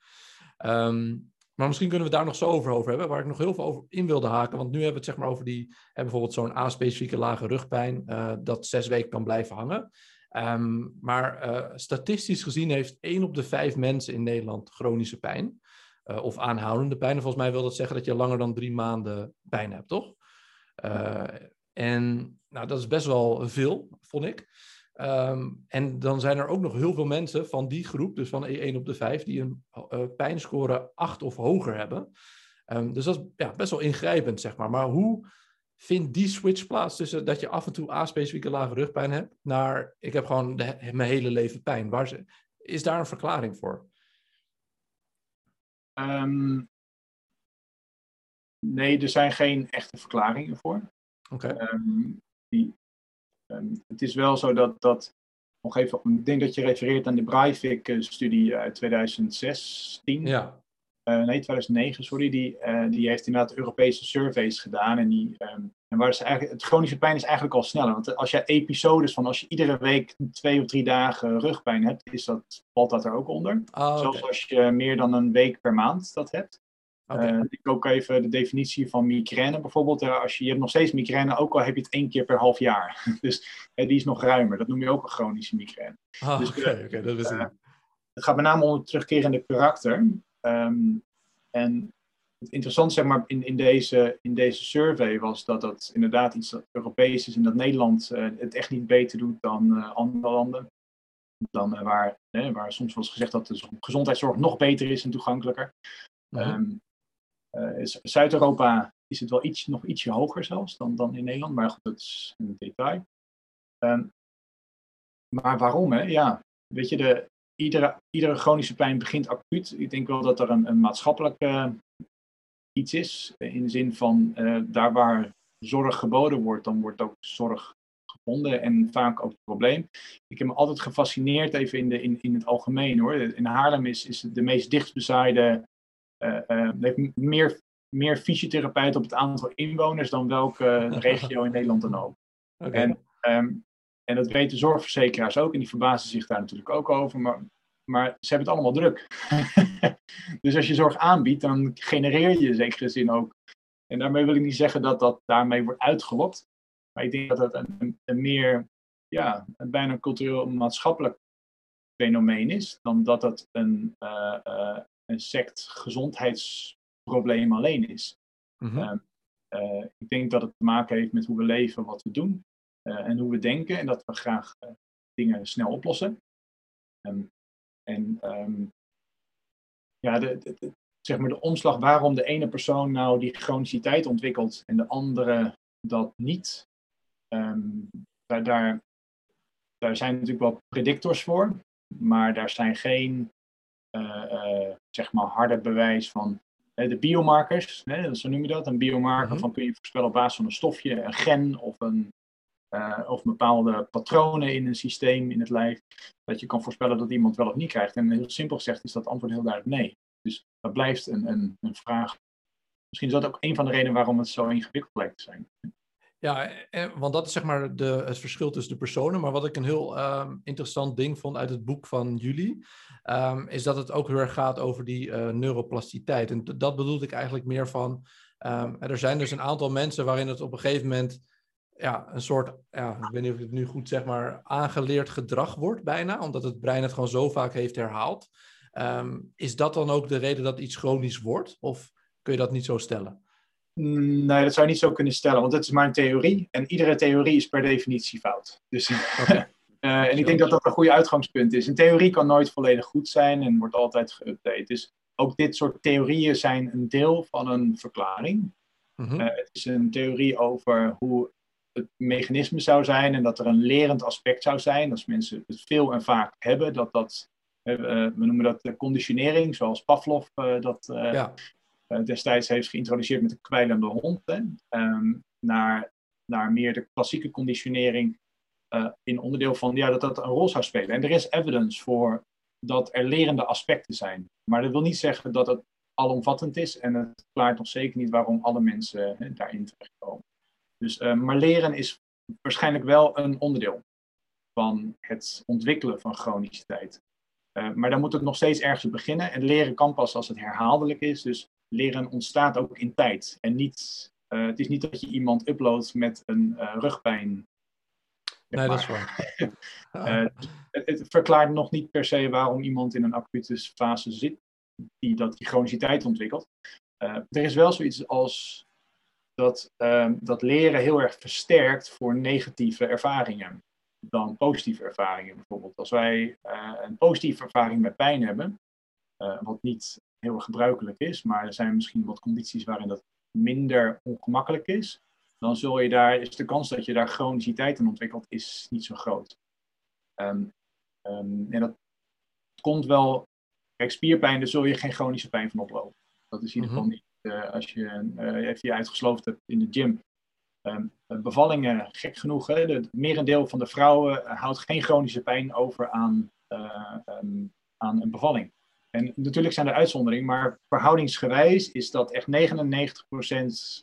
Maar misschien kunnen we het daar nog zo over hebben, waar ik nog heel veel over in wilde haken. Want nu hebben we het zeg maar over bijvoorbeeld zo'n A-specifieke lage rugpijn, dat 6 weken kan blijven hangen. Maar statistisch gezien heeft 1 op de 5 mensen in Nederland chronische pijn. Of aanhoudende pijn. En volgens mij wil dat zeggen dat je langer dan 3 maanden pijn hebt, toch? En dat is best wel veel, vond ik. En dan zijn er ook nog heel veel mensen van die groep, dus van 1 op de 5, die een pijnscore 8 of hoger hebben. Dus dat is best wel ingrijpend, zeg maar. Maar hoe vindt die switch plaats tussen dat je af en toe A-specifieke lage rugpijn hebt, naar ik heb gewoon mijn hele leven pijn? Is daar een verklaring voor? Nee, er zijn geen echte verklaringen voor. Oké. Het is wel zo dat nog even, ik denk dat je refereert aan de Breivik-studie uit 2016. Ja. 2009, sorry. Die heeft inderdaad Europese surveys gedaan. En waar ze eigenlijk, het chronische pijn is eigenlijk al sneller. Want als je episodes van, als je iedere week 2 of 3 dagen rugpijn hebt, valt dat er ook onder. Zelfs als je meer dan een week per maand dat hebt. Ik ook even de definitie van migraine bijvoorbeeld. Je hebt nog steeds migraine, ook al heb je het 1 keer per half jaar. Dus die is nog ruimer. Dat noem je ook een chronische migraine. Oké, dat is het. Het gaat met name om het terugkerende karakter. En het interessante zeg maar, in deze survey was dat inderdaad iets dat Europees is en dat Nederland het echt niet beter doet dan andere landen. Dan waar soms wel eens gezegd dat de gezondheidszorg nog beter is en toegankelijker. Zuid-Europa is het wel nog ietsje hoger zelfs dan in Nederland, maar goed, dat is een detail. Maar waarom? Hè? Ja, weet je, iedere chronische pijn begint acuut. Ik denk wel dat er een maatschappelijk iets is, in de zin van daar waar zorg geboden wordt, dan wordt ook zorg gevonden en vaak ook het probleem. Ik heb me altijd gefascineerd, even in het algemeen hoor. In Haarlem is de meest dichtstbezaaide heeft meer fysiotherapeuten op het aantal inwoners dan welke regio in Nederland dan ook. Okay. En dat weten zorgverzekeraars ook en die verbazen zich daar natuurlijk ook over, maar ze hebben het allemaal druk. Dus als je zorg aanbiedt, dan genereer je in zekere zin ook. En daarmee wil ik niet zeggen dat daarmee wordt uitgelokt, maar ik denk dat het een meer, een bijna cultureel-maatschappelijk fenomeen is, dan dat het een sect gezondheidsprobleem alleen is. Ik denk dat het te maken heeft met hoe we leven, wat we doen en hoe we denken en dat we graag dingen snel oplossen. Zeg maar de omslag waarom de ene persoon nou die chroniciteit ontwikkelt en de andere dat niet. Daar zijn natuurlijk wel predictors voor, maar daar zijn geen zeg maar harde bewijs van de biomarkers, zo noem je dat. Een biomarker van kun je voorspellen op basis van een stofje, een gen of bepaalde patronen in een systeem in het lijf, dat je kan voorspellen dat iemand wel of niet krijgt. En heel simpel gezegd is dat antwoord heel duidelijk nee. Dus dat blijft een vraag. Misschien is dat ook een van de redenen waarom het zo ingewikkeld lijkt te zijn. Ja, want dat is zeg maar het verschil tussen de personen. Maar wat ik een heel interessant ding vond uit het boek van jullie, is dat het ook heel erg gaat over die neuroplasticiteit. En dat bedoelde ik eigenlijk meer van, er zijn dus een aantal mensen waarin het op een gegeven moment een soort, ik weet niet of ik het nu goed zeg, maar aangeleerd gedrag wordt bijna, omdat het brein het gewoon zo vaak heeft herhaald. Is dat dan ook de reden dat iets chronisch wordt? Of kun je dat niet zo stellen? Nee, dat zou je niet zo kunnen stellen, want het is maar een theorie. En iedere theorie is per definitie fout. Dus, en ik denk dat dat een goede uitgangspunt is. Een theorie kan nooit volledig goed zijn en wordt altijd geüpdate. Dus ook dit soort theorieën zijn een deel van een verklaring. Het is een theorie over hoe het mechanisme zou zijn en dat er een lerend aspect zou zijn. Als mensen het veel en vaak hebben, we noemen dat conditionering, zoals Pavlov destijds heeft geïntroduceerd met de kwijlende hond. Naar meer de klassieke conditionering in onderdeel van dat een rol zou spelen. En er is evidence voor dat er lerende aspecten zijn. Maar dat wil niet zeggen dat het alomvattend is en het verklaart nog zeker niet waarom alle mensen daarin terechtkomen. Dus, maar leren is waarschijnlijk wel een onderdeel van het ontwikkelen van chroniciteit. Maar dan moet het nog steeds ergens beginnen. En leren kan pas als het herhaaldelijk is. Dus leren ontstaat ook in tijd. En niet, het is niet dat je iemand uploadt met een rugpijn. Nee, dat is waar. Het verklaart nog niet per se waarom iemand in een acute fase zit die chroniciteit ontwikkelt. Er is wel zoiets als dat leren heel erg versterkt voor negatieve ervaringen dan positieve ervaringen. Bijvoorbeeld als wij een positieve ervaring met pijn hebben, wat niet heel erg gebruikelijk is, maar er zijn misschien wat condities waarin dat minder ongemakkelijk is, dan is de kans dat je daar chroniciteit in ontwikkelt, is niet zo groot. En dat komt wel, kijk, spierpijn, daar zul je geen chronische pijn van oplopen. Dat is in ieder geval niet als je even je uitgesloofd hebt in de gym. Bevallingen, gek genoeg, hè, het merendeel van de vrouwen houdt geen chronische pijn over aan een bevalling. En natuurlijk zijn er uitzonderingen, maar verhoudingsgewijs is dat echt 99%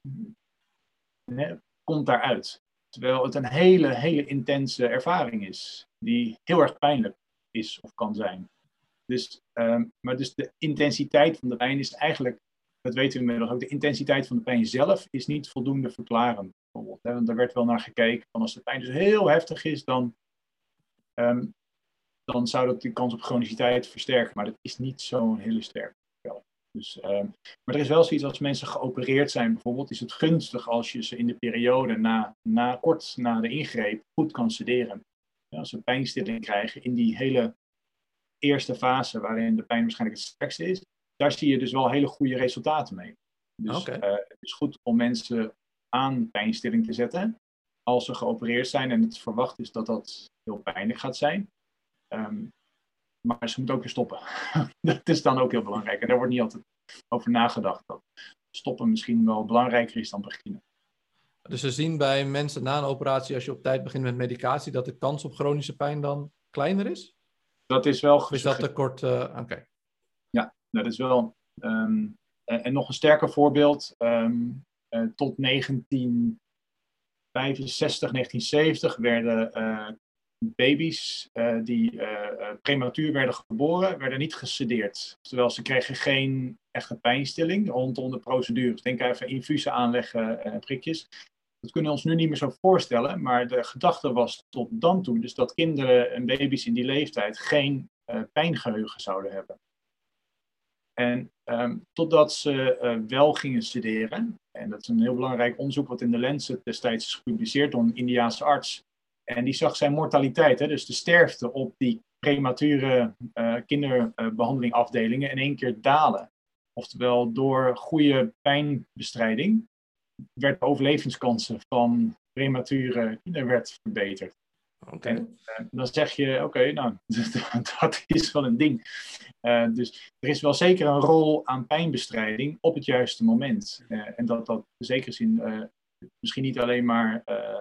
komt daaruit. Terwijl het een hele, hele intense ervaring is, die heel erg pijnlijk is of kan zijn. Maar dus de intensiteit van de pijn is eigenlijk, dat weten we inmiddels ook, de intensiteit van de pijn zelf is niet voldoende verklarend. Bijvoorbeeld, hè? Want daar werd wel naar gekeken, van als de pijn dus heel heftig is, dan zou dat de kans op chroniciteit versterken. Maar dat is niet zo'n hele sterke wel. Dus, maar er is wel zoiets als mensen geopereerd zijn bijvoorbeeld, is het gunstig als je ze in de periode kort na de ingreep goed kan sederen. Ja, als ze pijnstilling krijgen in die hele eerste fase waarin de pijn waarschijnlijk het sterkste is, daar zie je dus wel hele goede resultaten mee. Dus het is goed om mensen aan pijnstilling te zetten als ze geopereerd zijn en het verwacht is dat dat heel pijnlijk gaat zijn. Maar ze moeten ook weer stoppen. Dat is dan ook heel belangrijk. En daar wordt niet altijd over nagedacht. Dat stoppen misschien wel belangrijker is dan beginnen. Dus we zien bij mensen na een operatie, als je op tijd begint met medicatie, dat de kans op chronische pijn dan kleiner is? Dat is wel Of is dat te kort? Oké. Ja, dat is wel. En nog een sterker voorbeeld. Tot 1965, 1970 werden baby's die prematuur werden geboren, werden niet gesedeerd. Terwijl ze kregen geen echte pijnstilling rondom de procedures. Denk even infusen aanleggen en prikjes. Dat kunnen we ons nu niet meer zo voorstellen, maar de gedachte was tot dan toe dus dat kinderen en baby's in die leeftijd geen pijngeheugen zouden hebben. En totdat ze wel gingen sederen, en dat is een heel belangrijk onderzoek wat in de Lancet destijds is gepubliceerd door een Indiaanse arts, en die zag zijn mortaliteit, dus de sterfte op die premature kinderbehandelingafdelingen in één keer dalen. Oftewel, door goede pijnbestrijding werd de overlevingskansen van premature kinderen verbeterd. Okay. En dan zeg je, oké, nou, dat is wel een ding. Dus er is wel zeker een rol aan pijnbestrijding op het juiste moment. En dat in zekere zin misschien niet alleen maar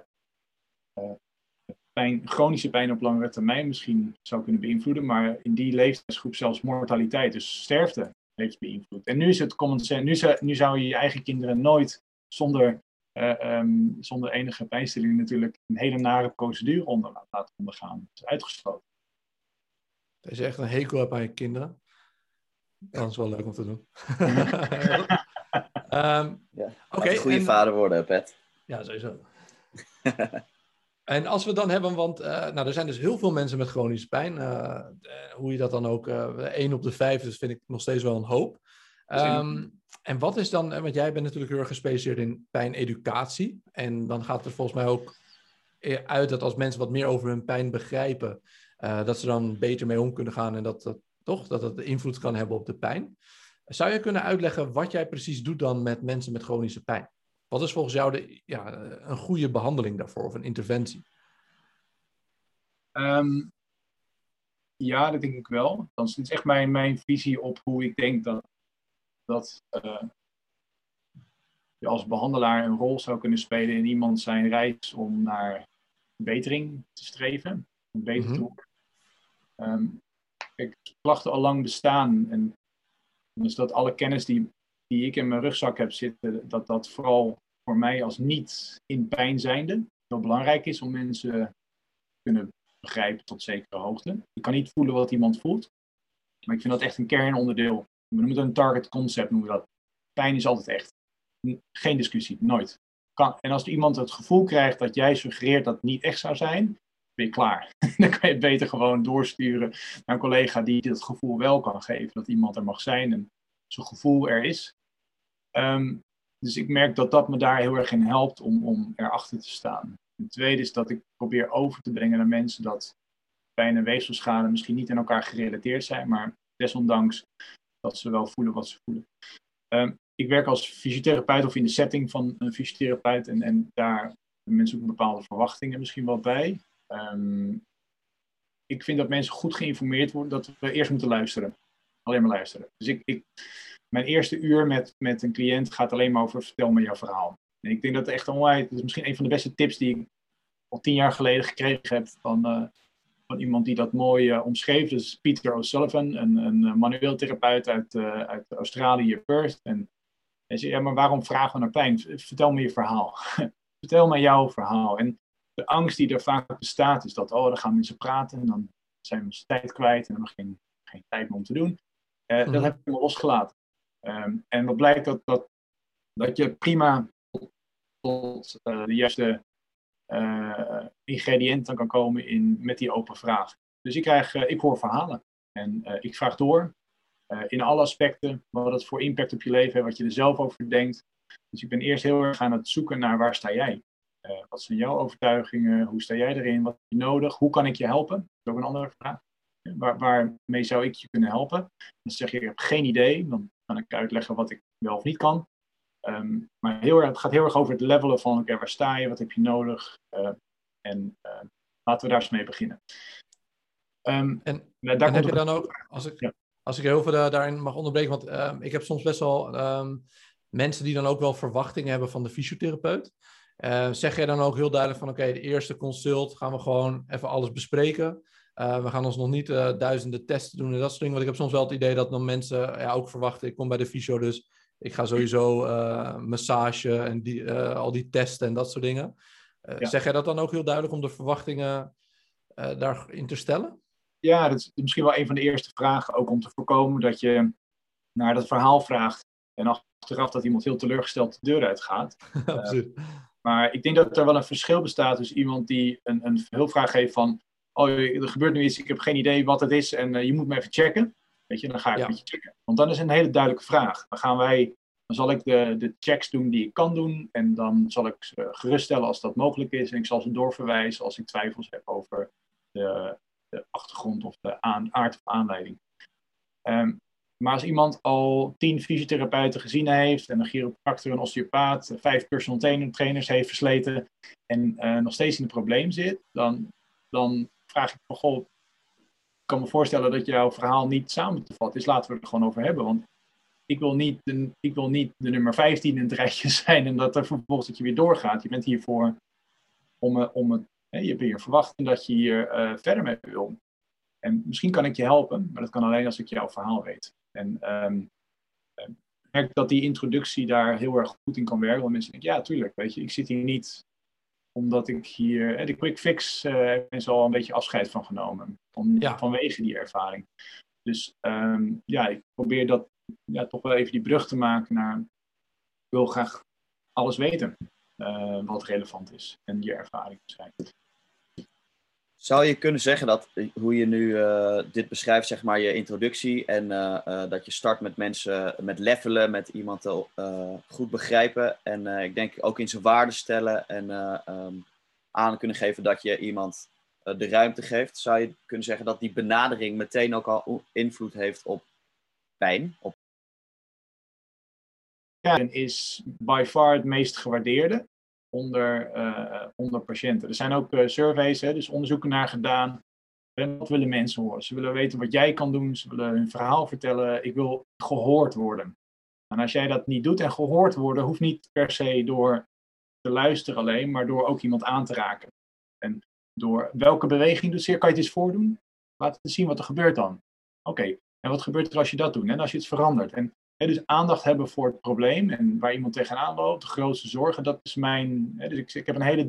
chronische pijn op langere termijn misschien zou kunnen beïnvloeden, maar in die leeftijdsgroep zelfs mortaliteit, dus sterfte, heeft beïnvloed. En nu is het common sense, nu zou je je eigen kinderen nooit zonder enige pijnstilling natuurlijk een hele nare procedure laten ondergaan. Dat is uitgesloten. Als je echt een hekel hebt aan je kinderen, dan is het wel leuk om te doen. Een goede vader worden, Pet. Ja, sowieso. En als we dan hebben, want er zijn dus heel veel mensen met chronische pijn. Hoe je dat dan ook, 1 op de 5, dus vind ik nog steeds wel een hoop. En wat is dan, want jij bent natuurlijk heel erg gespecialiseerd in pijneducatie. En dan gaat het er volgens mij ook uit dat als mensen wat meer over hun pijn begrijpen, dat ze dan beter mee om kunnen gaan en dat invloed kan hebben op de pijn. Zou je kunnen uitleggen wat jij precies doet dan met mensen met chronische pijn? Wat is volgens jou een goede behandeling daarvoor of een interventie? Ja, dat denk ik wel. Dan is het echt mijn visie op hoe ik denk dat je als behandelaar een rol zou kunnen spelen in iemand zijn reis om naar verbetering te streven, om beter te worden. Klachten al lang bestaan en dus dat alle kennis die ik in mijn rugzak heb zitten, dat vooral voor mij als niet in pijn zijnde heel belangrijk is om mensen te kunnen begrijpen tot zekere hoogte. Ik kan niet voelen wat iemand voelt, maar ik vind dat echt een kernonderdeel. We noemen het een target concept, noemen we dat. Pijn is altijd echt. Geen discussie, nooit. En als iemand het gevoel krijgt dat jij suggereert dat het niet echt zou zijn, ben je klaar. Dan kan je het beter gewoon doorsturen naar een collega die dit gevoel wel kan geven. Dat iemand er mag zijn en zijn gevoel er is. Dus ik merk dat me daar heel erg in helpt om erachter te staan. Het tweede is dat ik probeer over te brengen naar mensen dat pijn en weefselschade misschien niet aan elkaar gerelateerd zijn, maar desondanks dat ze wel voelen wat ze voelen. Ik werk als fysiotherapeut of in de setting van een fysiotherapeut en daar hebben mensen ook bepaalde verwachtingen misschien wel bij. Ik vind dat mensen goed geïnformeerd worden, dat we eerst moeten luisteren. Alleen maar luisteren. Dus mijn eerste uur met een cliënt gaat alleen maar over vertel me jouw verhaal. En ik denk dat echt dat is misschien een van de beste tips die ik al 10 jaar geleden gekregen heb van iemand die dat mooi omschreef. Dus Peter O'Sullivan, een manueel therapeut uit Australië, Perth. En hij zei, ja, maar waarom vragen we naar pijn? Vertel me je verhaal. Vertel me jouw verhaal. En de angst die er vaak bestaat is dat, dan gaan mensen praten en dan zijn we tijd kwijt en hebben we geen tijd meer om te doen. Dat heb ik helemaal losgelaten. En wat blijkt dat je prima tot de juiste ingrediënten kan komen met die open vraag. Dus ik hoor verhalen en ik vraag door in alle aspecten wat het voor impact op je leven heeft, wat je er zelf over denkt. Dus ik ben eerst heel erg aan het zoeken naar waar sta jij? Wat zijn jouw overtuigingen? Hoe sta jij erin? Wat heb je nodig? Hoe kan ik je helpen? Dat is ook een andere vraag. Waarmee zou ik je kunnen helpen? Dan zeg je, ik heb geen idee. Dan kan ik uitleggen wat ik wel of niet kan. Maar het gaat heel erg over het levelen van, waar sta je? Wat heb je nodig? Laten we daar eens mee beginnen. En heb je dan ook, als ik heel veel daarin mag onderbreken, want ik heb soms best wel mensen die dan ook wel verwachtingen hebben van de fysiotherapeut. Zeg jij dan ook heel duidelijk van, de eerste consult gaan we gewoon even alles bespreken. We gaan ons nog niet duizenden testen doen en dat soort dingen. Want ik heb soms wel het idee dat dan mensen ook verwachten, ik kom bij de fysio, dus ik ga sowieso massage en al die testen en dat soort dingen. Zeg jij dat dan ook heel duidelijk om de verwachtingen daarin te stellen? Ja, dat is misschien wel een van de eerste vragen, ook om te voorkomen dat je naar dat verhaal vraagt en achteraf dat iemand heel teleurgesteld de deur uitgaat. Absoluut. Maar ik denk dat er wel een verschil bestaat tussen iemand die een hulpvraag geeft van, er gebeurt nu iets, ik heb geen idee wat het is en je moet me even checken. Weet je, dan ga ik met je checken. Want dan is een hele duidelijke vraag. Dan zal ik de checks doen die ik kan doen en dan zal ik ze geruststellen als dat mogelijk is en ik zal ze doorverwijzen als ik twijfels heb over de achtergrond of de aard of aanleiding. Maar als iemand al 10 fysiotherapeuten gezien heeft en een chiropractor, een osteopaat, 5 personal trainers heeft versleten en nog steeds in een probleem zit, dan vraag ik van, goh, ik kan me voorstellen dat jouw verhaal niet samen te vatten is. Laten we het er gewoon over hebben. Want ik wil niet de nummer 15 in het rijtje zijn en dat er vervolgens dat je weer doorgaat. Je bent hiervoor je hebt hier verwachting dat je hier verder mee wil. En misschien kan ik je helpen, maar dat kan alleen als ik jouw verhaal weet. En ik merk dat die introductie daar heel erg goed in kan werken. Want mensen denken, ja, tuurlijk, weet je, ik zit hier niet omdat ik hier... de quick fix hebben mensen al een beetje afscheid van genomen. Vanwege die ervaring. Dus ik probeer dat toch wel even die brug te maken naar... Ik wil graag alles weten wat relevant is en je ervaring zijn. Zou je kunnen zeggen dat, hoe je nu dit beschrijft, zeg maar je introductie en dat je start met mensen, met levelen, met iemand goed begrijpen en ik denk ook in zijn waarde stellen en aan kunnen geven dat je iemand de ruimte geeft. Zou je kunnen zeggen dat die benadering meteen ook al invloed heeft op pijn? En is by far het meest gewaardeerde onder patiënten. Er zijn ook surveys, dus onderzoeken naar gedaan. En wat willen mensen horen? Ze willen weten wat jij kan doen. Ze willen hun verhaal vertellen. Ik wil gehoord worden. En als jij dat niet doet en gehoord worden, hoeft niet per se door te luisteren alleen, maar door ook iemand aan te raken. En door welke beweging doet zeer, kan je het eens voordoen? Laat het zien wat er gebeurt dan. Oké, en wat gebeurt er als je dat doet? En als je het verandert? En dus aandacht hebben voor het probleem en waar iemand tegenaan loopt, de grootste zorgen, dat is mijn... Dus ik heb een hele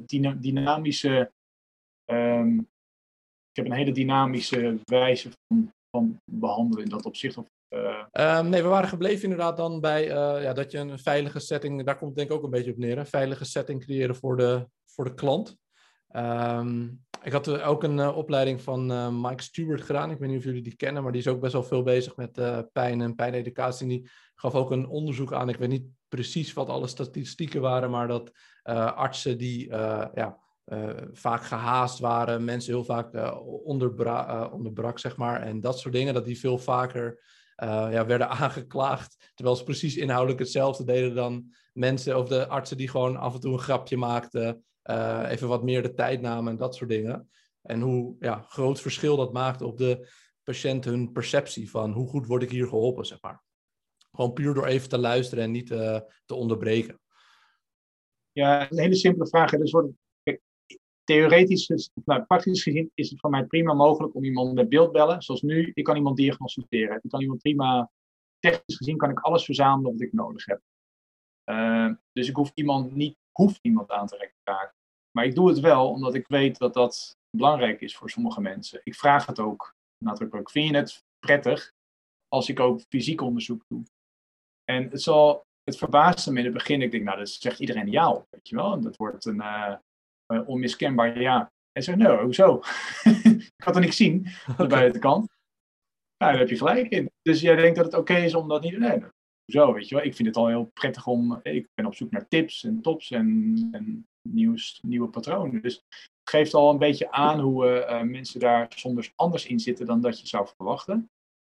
dynamische wijze van behandelen in dat opzicht. Nee, we waren gebleven inderdaad dan bij dat je een veilige setting, daar komt het denk ik ook een beetje op neer, een veilige setting creëren voor de klant. Ik had ook een opleiding van Mike Stewart gedaan. Ik weet niet of jullie die kennen, maar die is ook best wel veel bezig met pijn en pijneducatie. En die gaf ook een onderzoek aan. Ik weet niet precies wat alle statistieken waren, maar dat artsen die vaak gehaast waren, mensen heel vaak onderbrak, zeg maar, en dat soort dingen, dat die veel vaker werden aangeklaagd, terwijl ze precies inhoudelijk hetzelfde deden dan mensen of de artsen die gewoon af en toe een grapje maakten, even wat meer de tijd namen en dat soort dingen. En hoe groot verschil dat maakt op de patiënt hun perceptie van hoe goed word ik hier geholpen, zeg maar. Gewoon puur door even te luisteren en niet te onderbreken. Ja, een hele simpele vraag. Dus theoretisch, praktisch gezien is het voor mij prima mogelijk om iemand met beeld bellen. Zoals nu, ik kan iemand diagnosticeren. Ik kan iemand prima, technisch gezien kan ik alles verzamelen wat ik nodig heb. Dus ik hoef niemand aan te raken. Maar ik doe het wel, omdat ik weet dat dat belangrijk is voor sommige mensen. Ik vraag het ook nadrukkelijk. Vind je het prettig als ik ook fysiek onderzoek doe? En het verbaasde me in het begin. Ik denk, nou, dat zegt iedereen ja op, weet je wel. En dat wordt een onmiskenbaar ja. En zegt, nou, hoezo? Ik kan het niks zien aan de buitenkant. Nou, daar heb je gelijk in. Dus jij denkt dat het oké is om dat niet te doen? Nee, hoezo, weet je wel. Ik vind het al heel prettig ik ben op zoek naar tips en tops en nieuwe patronen. Dus het geeft al een beetje aan hoe mensen daar soms anders in zitten dan dat je zou verwachten.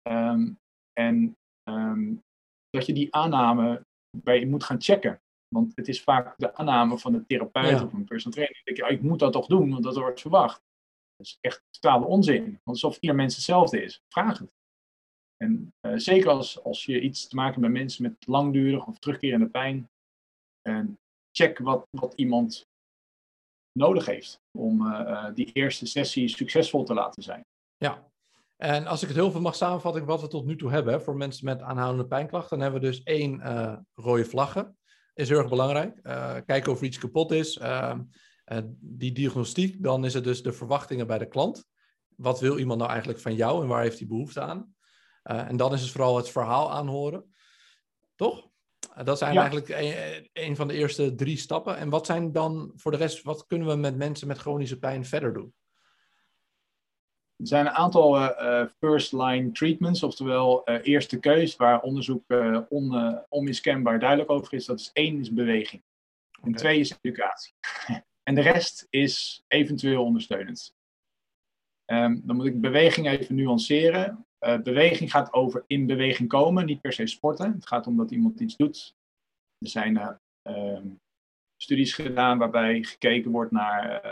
Dat je die aanname bij je moet gaan checken. Want het is vaak de aanname van een therapeut of een personal trainer. Dan denk je, ik moet dat toch doen, want dat wordt verwacht. Dat is echt totale onzin. Want alsof ieder mens hetzelfde is. Vraag het. En zeker als je iets te maken hebt met mensen met langdurig of terugkerende pijn. Check wat iemand nodig heeft om die eerste sessie succesvol te laten zijn. Ja. En als ik het heel veel mag samenvatten, wat we tot nu toe hebben voor mensen met aanhoudende pijnklachten, dan hebben we dus 1 rode vlaggen. Is heel erg belangrijk. Kijken of er iets kapot is. Die diagnostiek, dan is het dus de verwachtingen bij de klant. Wat wil iemand nou eigenlijk van jou en waar heeft hij behoefte aan? En dan is het vooral het verhaal aanhoren. Toch? Dat zijn eigenlijk een van de eerste 3 stappen. En wat zijn dan voor de rest, wat kunnen we met mensen met chronische pijn verder doen? Er zijn een aantal first-line treatments, oftewel eerste keus, waar onderzoek onmiskenbaar duidelijk over is. Dat is 1 is beweging. En 2 is educatie. En de rest is eventueel ondersteunend. Dan moet ik beweging even nuanceren. Beweging gaat over in beweging komen, niet per se sporten. Het gaat om dat iemand iets doet. Er zijn studies gedaan waarbij gekeken wordt naar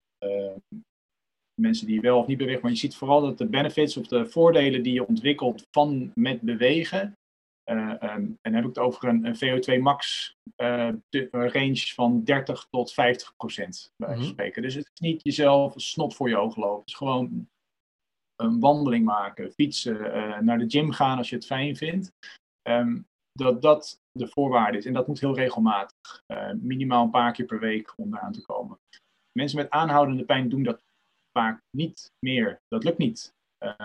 mensen die wel of niet bewegen. Maar je ziet vooral dat de benefits of de voordelen die je ontwikkelt met bewegen. En dan heb ik het over een VO2 max range van 30 tot 50% bij spreken. Dus het is niet jezelf snot voor je ogen lopen. Het is gewoon een wandeling maken, fietsen, naar de gym gaan als je het fijn vindt. Dat de voorwaarde is. En dat moet heel regelmatig. Minimaal een paar keer per week om eraan te komen. Mensen met aanhoudende pijn doen dat vaak niet meer. Dat lukt niet.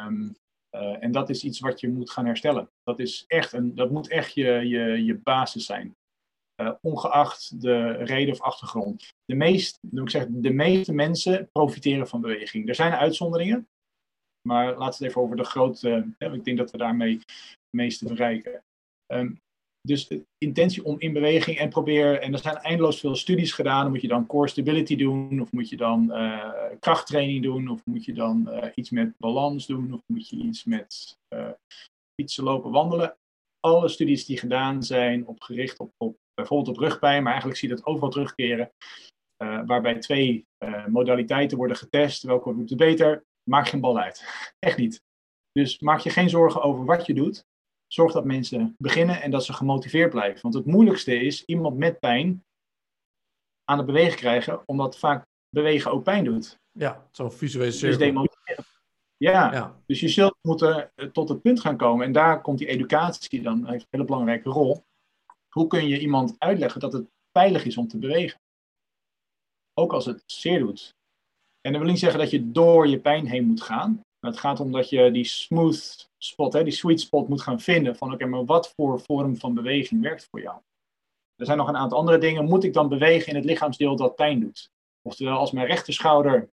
En dat is iets wat je moet gaan herstellen. Dat moet echt je basis zijn. Ongeacht de reden of achtergrond. De meeste mensen profiteren van beweging. Er zijn uitzonderingen. Maar laten we het even over de grote. Ik denk dat we daarmee het meeste bereiken. Dus de intentie om in beweging en er zijn eindeloos veel studies gedaan. Dan moet je dan core stability doen, of moet je dan krachttraining doen, of moet je dan iets met balans doen, of moet je iets met fietsen, lopen, wandelen. Alle studies die gedaan zijn gericht op bijvoorbeeld op rugpijn, maar eigenlijk zie je dat overal terugkeren. Waarbij 2 modaliteiten worden getest. Welke doet het beter? Maak geen bal uit. Echt niet. Dus maak je geen zorgen over wat je doet. Zorg dat mensen beginnen en dat ze gemotiveerd blijven. Want het moeilijkste is iemand met pijn aan het bewegen krijgen, omdat vaak bewegen ook pijn doet. Ja, zo'n visuele cirkel. Dus demotiveren. Ja, dus je zult moeten tot het punt gaan komen. En daar komt die educatie dan, heeft een hele belangrijke rol. Hoe kun je iemand uitleggen dat het veilig is om te bewegen? Ook als het zeer doet. En dat wil niet zeggen dat je door je pijn heen moet gaan. Maar het gaat om dat je die smooth spot, die sweet spot moet gaan vinden. Van oké, maar wat voor vorm van beweging werkt voor jou? Er zijn nog een aantal andere dingen. Moet ik dan bewegen in het lichaamsdeel dat pijn doet? Oftewel, als mijn rechterschouder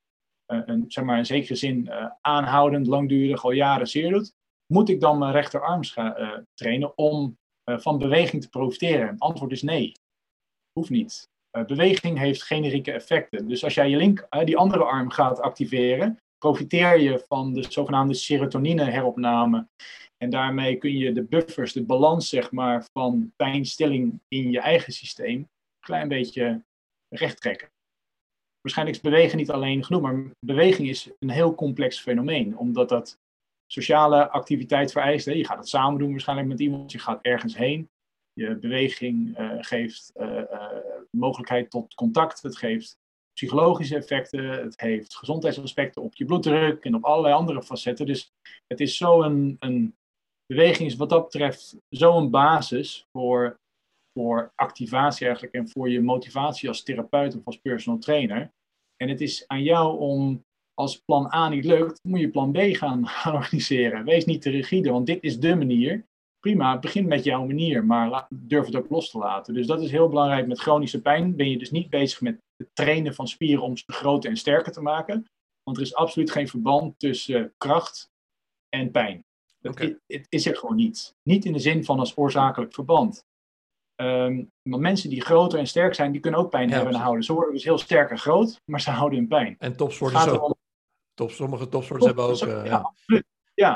in zekere zin aanhoudend, langdurig, al jaren zeer doet, moet ik dan mijn rechterarm trainen om van beweging te profiteren? Het antwoord is nee. Hoeft niet. Beweging heeft generieke effecten. Dus als jij die andere arm gaat activeren, profiteer je van de zogenaamde serotonine-heropname. En daarmee kun je de buffers, de balans zeg maar, van pijnstilling in je eigen systeem een klein beetje recht trekken. Waarschijnlijk is bewegen niet alleen genoeg, maar beweging is een heel complex fenomeen. Omdat dat sociale activiteit vereist. Hè? Je gaat het samen doen waarschijnlijk met iemand. Je gaat ergens heen. Je beweging geeft mogelijkheid tot contact. Het geeft psychologische effecten. Het heeft gezondheidsaspecten op je bloeddruk en op allerlei andere facetten. Dus het is een beweging is wat dat betreft zo'n basis voor activatie eigenlijk en voor je motivatie als therapeut of als personal trainer. En het is aan jou om, als plan A niet lukt, moet je plan B gaan organiseren. Wees niet te rigide, want dit is de manier. Prima, begin met jouw manier, maar durf het ook los te laten. Dus dat is heel belangrijk. Met chronische pijn ben je dus niet bezig met het trainen van spieren om ze groter en sterker te maken. Want er is absoluut geen verband tussen kracht en pijn. Het is er gewoon niet. Niet in de zin van als oorzakelijk verband. Want mensen die groter en sterk zijn, die kunnen ook pijn hebben en houden. Ze worden dus heel sterk en groot, maar ze houden hun pijn. En topsporters ook. Sommige topsporters hebben ook... absoluut.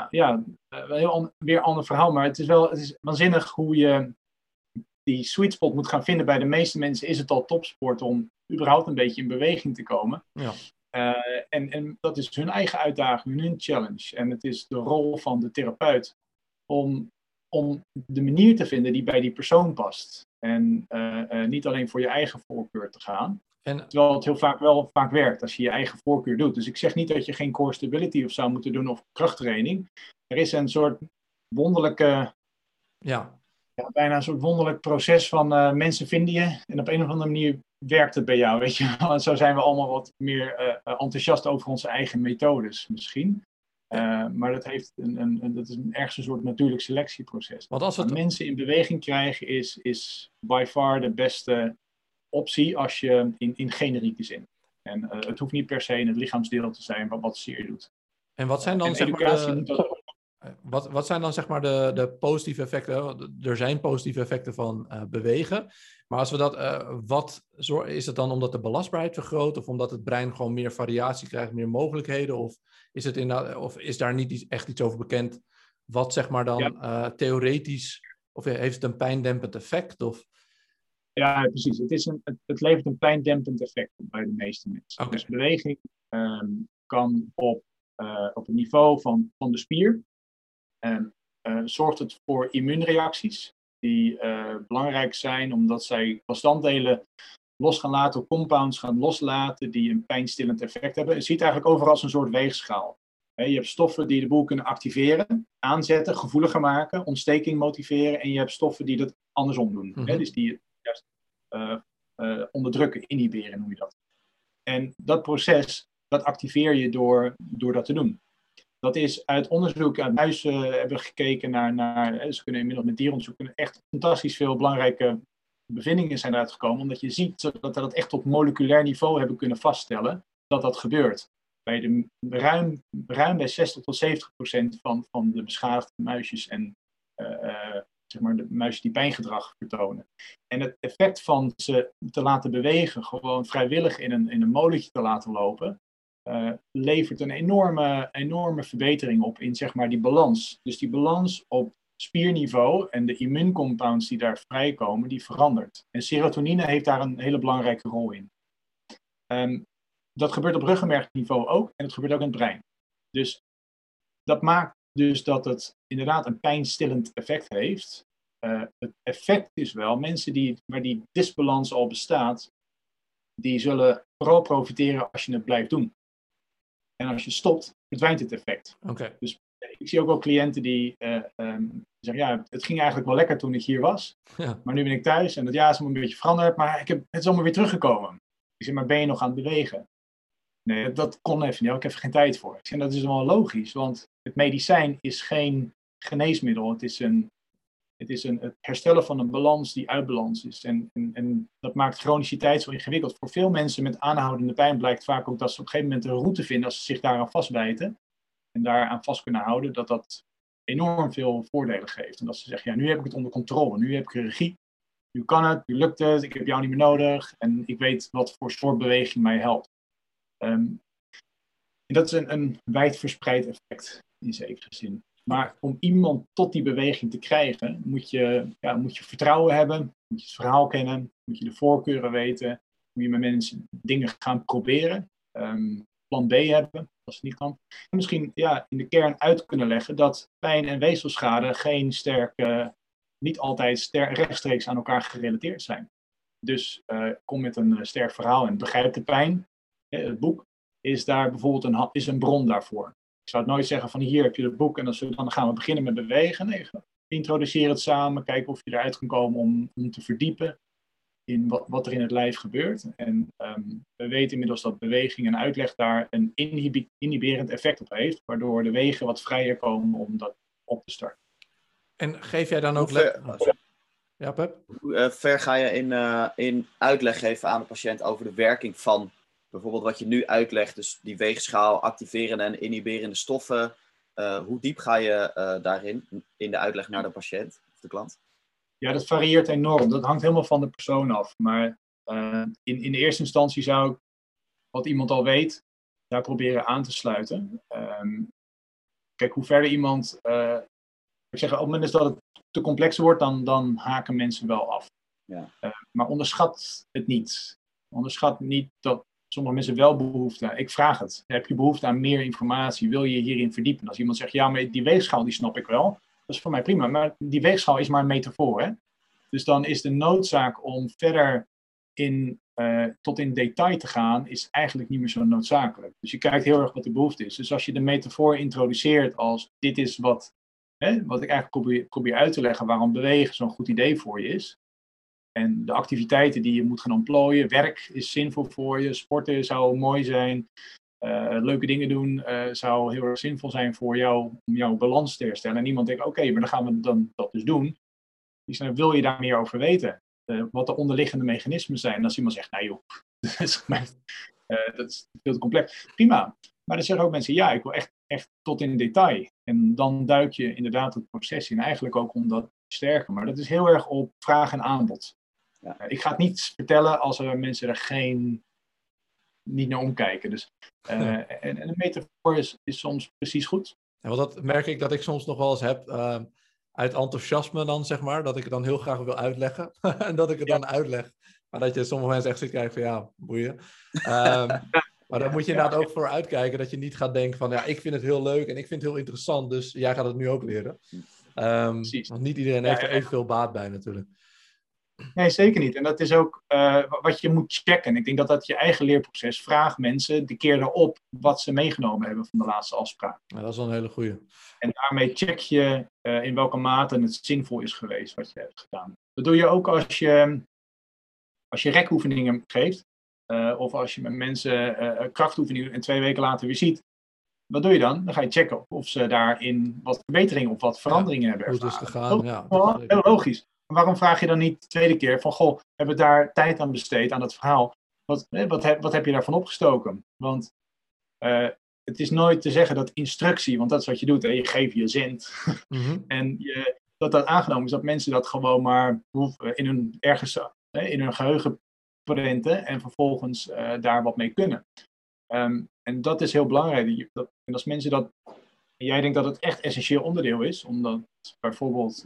Weer een ander verhaal, maar het is waanzinnig hoe je die sweet spot moet gaan vinden. Bij de meeste mensen is het al topsport om überhaupt een beetje in beweging te komen. Ja. En dat is hun eigen uitdaging, hun challenge. En het is de rol van de therapeut om de manier te vinden die bij die persoon past. En niet alleen voor je eigen voorkeur te gaan. Terwijl het wel vaak werkt als je je eigen voorkeur doet. Dus ik zeg niet dat je geen core stability of zou moeten doen of krachttraining. Er is een soort wonderlijke... bijna een soort wonderlijk proces van mensen vinden je. En op een of andere manier werkt het bij jou, weet je. Want zo zijn we allemaal wat meer enthousiast over onze eigen methodes misschien. Maar dat heeft dat is ergens een soort natuurlijk selectieproces. Want als het... mensen in beweging krijgen is by far de beste optie als je in generieke zin. En het hoeft niet per se in het lichaamsdeel te zijn wat zeer doet. En wat zijn dan wat zijn dan zeg maar de positieve effecten? Er zijn positieve effecten van bewegen. Maar als we dat, is het dan omdat de belastbaarheid vergroot? Of omdat het brein gewoon meer variatie krijgt, meer mogelijkheden? Of is daar niet echt iets over bekend? Wat zeg maar dan theoretisch, of heeft het een pijndempend effect? Of... Ja, precies. Het levert een pijndempend effect op bij de meeste mensen. Okay. Dus beweging kan op het niveau van de spier. Zorgt het voor immuunreacties die belangrijk zijn omdat zij bestanddelen los gaan laten, of compounds gaan loslaten die een pijnstillend effect hebben. Je ziet eigenlijk overal als een soort weegschaal. Je hebt stoffen die de boel kunnen activeren, aanzetten, gevoeliger maken, ontsteking motiveren en je hebt stoffen die dat andersom doen. Mm-hmm. Dus die het juist onderdrukken, inhiberen noem je dat. En dat proces, dat activeer je door dat te doen. Dat is uit onderzoek uit muizen hebben we gekeken naar ze kunnen inmiddels met dieronderzoek echt fantastisch veel belangrijke bevindingen zijn eruit gekomen, omdat je ziet dat we dat echt op moleculair niveau hebben kunnen vaststellen dat gebeurt. Bij ruim bij 60-70% van de beschadigde muisjes en zeg maar de muisjes die pijngedrag vertonen. En het effect van ze te laten bewegen, gewoon vrijwillig in een molentje te laten lopen, levert een enorme verbetering op in zeg maar die balans. Dus die balans op spierniveau en de immuuncompounds die daar vrijkomen, die verandert. En serotonine heeft daar een hele belangrijke rol in. Dat gebeurt op ruggenmergniveau ook en het gebeurt ook in het brein. Dus dat maakt dus dat het inderdaad een pijnstillend effect heeft. Het effect is wel, mensen waar die disbalans al bestaat, die zullen vooral profiteren als je het blijft doen. En als je stopt, verdwijnt het effect. Okay. Dus ik zie ook wel cliënten die zeggen, ja, het ging eigenlijk wel lekker toen ik hier was. Ja. Maar nu ben ik thuis en dat is allemaal een beetje veranderd, maar het is allemaal weer teruggekomen. Ik zeg, maar ben je nog aan het bewegen? Nee, dat kon even niet, ik heb er geen tijd voor. Ik zeg, dat is wel logisch, want het medicijn is geen geneesmiddel. Het is het herstellen van een balans die uit balans is. En dat maakt chroniciteit zo ingewikkeld. Voor veel mensen met aanhoudende pijn blijkt vaak ook dat ze op een gegeven moment een route vinden als ze zich daaraan vastbijten. En daaraan vast kunnen houden, dat enorm veel voordelen geeft. En dat ze zeggen, ja, nu heb ik het onder controle. Nu heb ik regie. Nu kan het, nu lukt het. Ik heb jou niet meer nodig. En ik weet wat voor soort beweging mij helpt. En dat is een wijdverspreid effect in zekere zin. Maar om iemand tot die beweging te krijgen, moet je vertrouwen hebben, moet je het verhaal kennen, moet je de voorkeuren weten, moet je met mensen dingen gaan proberen. Plan B hebben, als het niet kan. En misschien in de kern uit kunnen leggen dat pijn en weefselschade niet altijd rechtstreeks aan elkaar gerelateerd zijn. Dus kom met een sterk verhaal en begrijp de pijn. Het boek is daar bijvoorbeeld een bron daarvoor. Ik zou het nooit zeggen van hier heb je het boek en dan gaan we beginnen met bewegen. Nee, introduceer het samen, kijken of je eruit kan komen om te verdiepen in wat er in het lijf gebeurt. En we weten inmiddels dat beweging en uitleg daar een inhiberend effect op heeft, waardoor de wegen wat vrijer komen om dat op te starten. En geef jij dan ook... Ja, Pep? Hoe ver ga je in uitleg geven aan de patiënt over de werking van bijvoorbeeld wat je nu uitlegt, dus die weegschaal, activerende en inhiberende stoffen. Hoe diep ga je daarin, in de uitleg naar de patiënt of de klant? Ja, dat varieert enorm. Dat hangt helemaal van de persoon af. Maar in de eerste instantie zou ik, wat iemand al weet, daar proberen aan te sluiten. Kijk, hoe verder iemand... ik zeg, op het moment dat het te complex wordt, dan haken mensen wel af. Ja. Maar onderschat het niet. Onderschat niet dat sommige mensen wel behoefte hebben. Ik vraag het. Heb je behoefte aan meer informatie? Wil je hierin verdiepen? Als iemand zegt, ja, maar die weegschaal die snap ik wel. Dat is voor mij prima. Maar die weegschaal is maar een metafoor. Hè? Dus dan is de noodzaak om verder tot in detail te gaan, is eigenlijk niet meer zo noodzakelijk. Dus je kijkt heel erg wat de behoefte is. Dus als je de metafoor introduceert als dit is wat ik eigenlijk probeer uit te leggen waarom bewegen zo'n goed idee voor je is. En de activiteiten die je moet gaan ontplooien. Werk is zinvol voor je. Sporten zou mooi zijn. Leuke dingen doen zou heel erg zinvol zijn voor jou. Om jouw balans te herstellen. En iemand denkt, oké, maar dan gaan we dan dat dus doen. Die zeggen, wil je daar meer over weten? Wat de onderliggende mechanismen zijn. En als iemand zegt, nou joh, dat is veel te complex. Prima. Maar dan zeggen ook mensen, ja, ik wil echt tot in detail. En dan duik je inderdaad het proces in. Eigenlijk ook om dat te sterken. Maar dat is heel erg op vraag en aanbod. Ja. Ik ga het niet vertellen als er mensen er niet naar omkijken. Dus, en een metafoor is soms precies goed. Ja, want dat merk ik dat ik soms nog wel eens heb... uit enthousiasme dan, zeg maar, dat ik het dan heel graag wil uitleggen. En dat ik het dan uitleg. Maar dat je sommige mensen echt zit kijken van, ja, boeien. Maar daar moet je inderdaad ook voor uitkijken, dat je niet gaat denken van, ja, ik vind het heel leuk en ik vind het heel interessant, dus jij gaat het nu ook leren. Want niet iedereen heeft er evenveel baat bij natuurlijk. Nee, zeker niet. En dat is ook wat je moet checken. Ik denk dat je eigen leerproces vraagt mensen de keer erop wat ze meegenomen hebben van de laatste afspraak. Ja, dat is wel een hele goeie. En daarmee check je in welke mate het zinvol is geweest wat je hebt gedaan. Dat doe je ook als je rekoefeningen geeft. Of als je met mensen krachtoefeningen en 2 weken later weer ziet. Wat doe je dan? Dan ga je checken of ze daarin wat verbeteringen of wat veranderingen hebben ervaren. Hoe is het gegaan? Ja, heel logisch. Waarom vraag je dan niet de tweede keer van, goh, hebben we daar tijd aan besteed, aan het verhaal? Wat heb je daarvan opgestoken? Want het is nooit te zeggen dat instructie, want dat is wat je doet, je geeft je zend. Mm-hmm. En dat aangenomen is dat mensen dat gewoon maar in hun geheugen prenten en vervolgens daar wat mee kunnen. En dat is heel belangrijk. En als mensen dat... Jij denkt dat het echt essentieel onderdeel is, omdat bijvoorbeeld...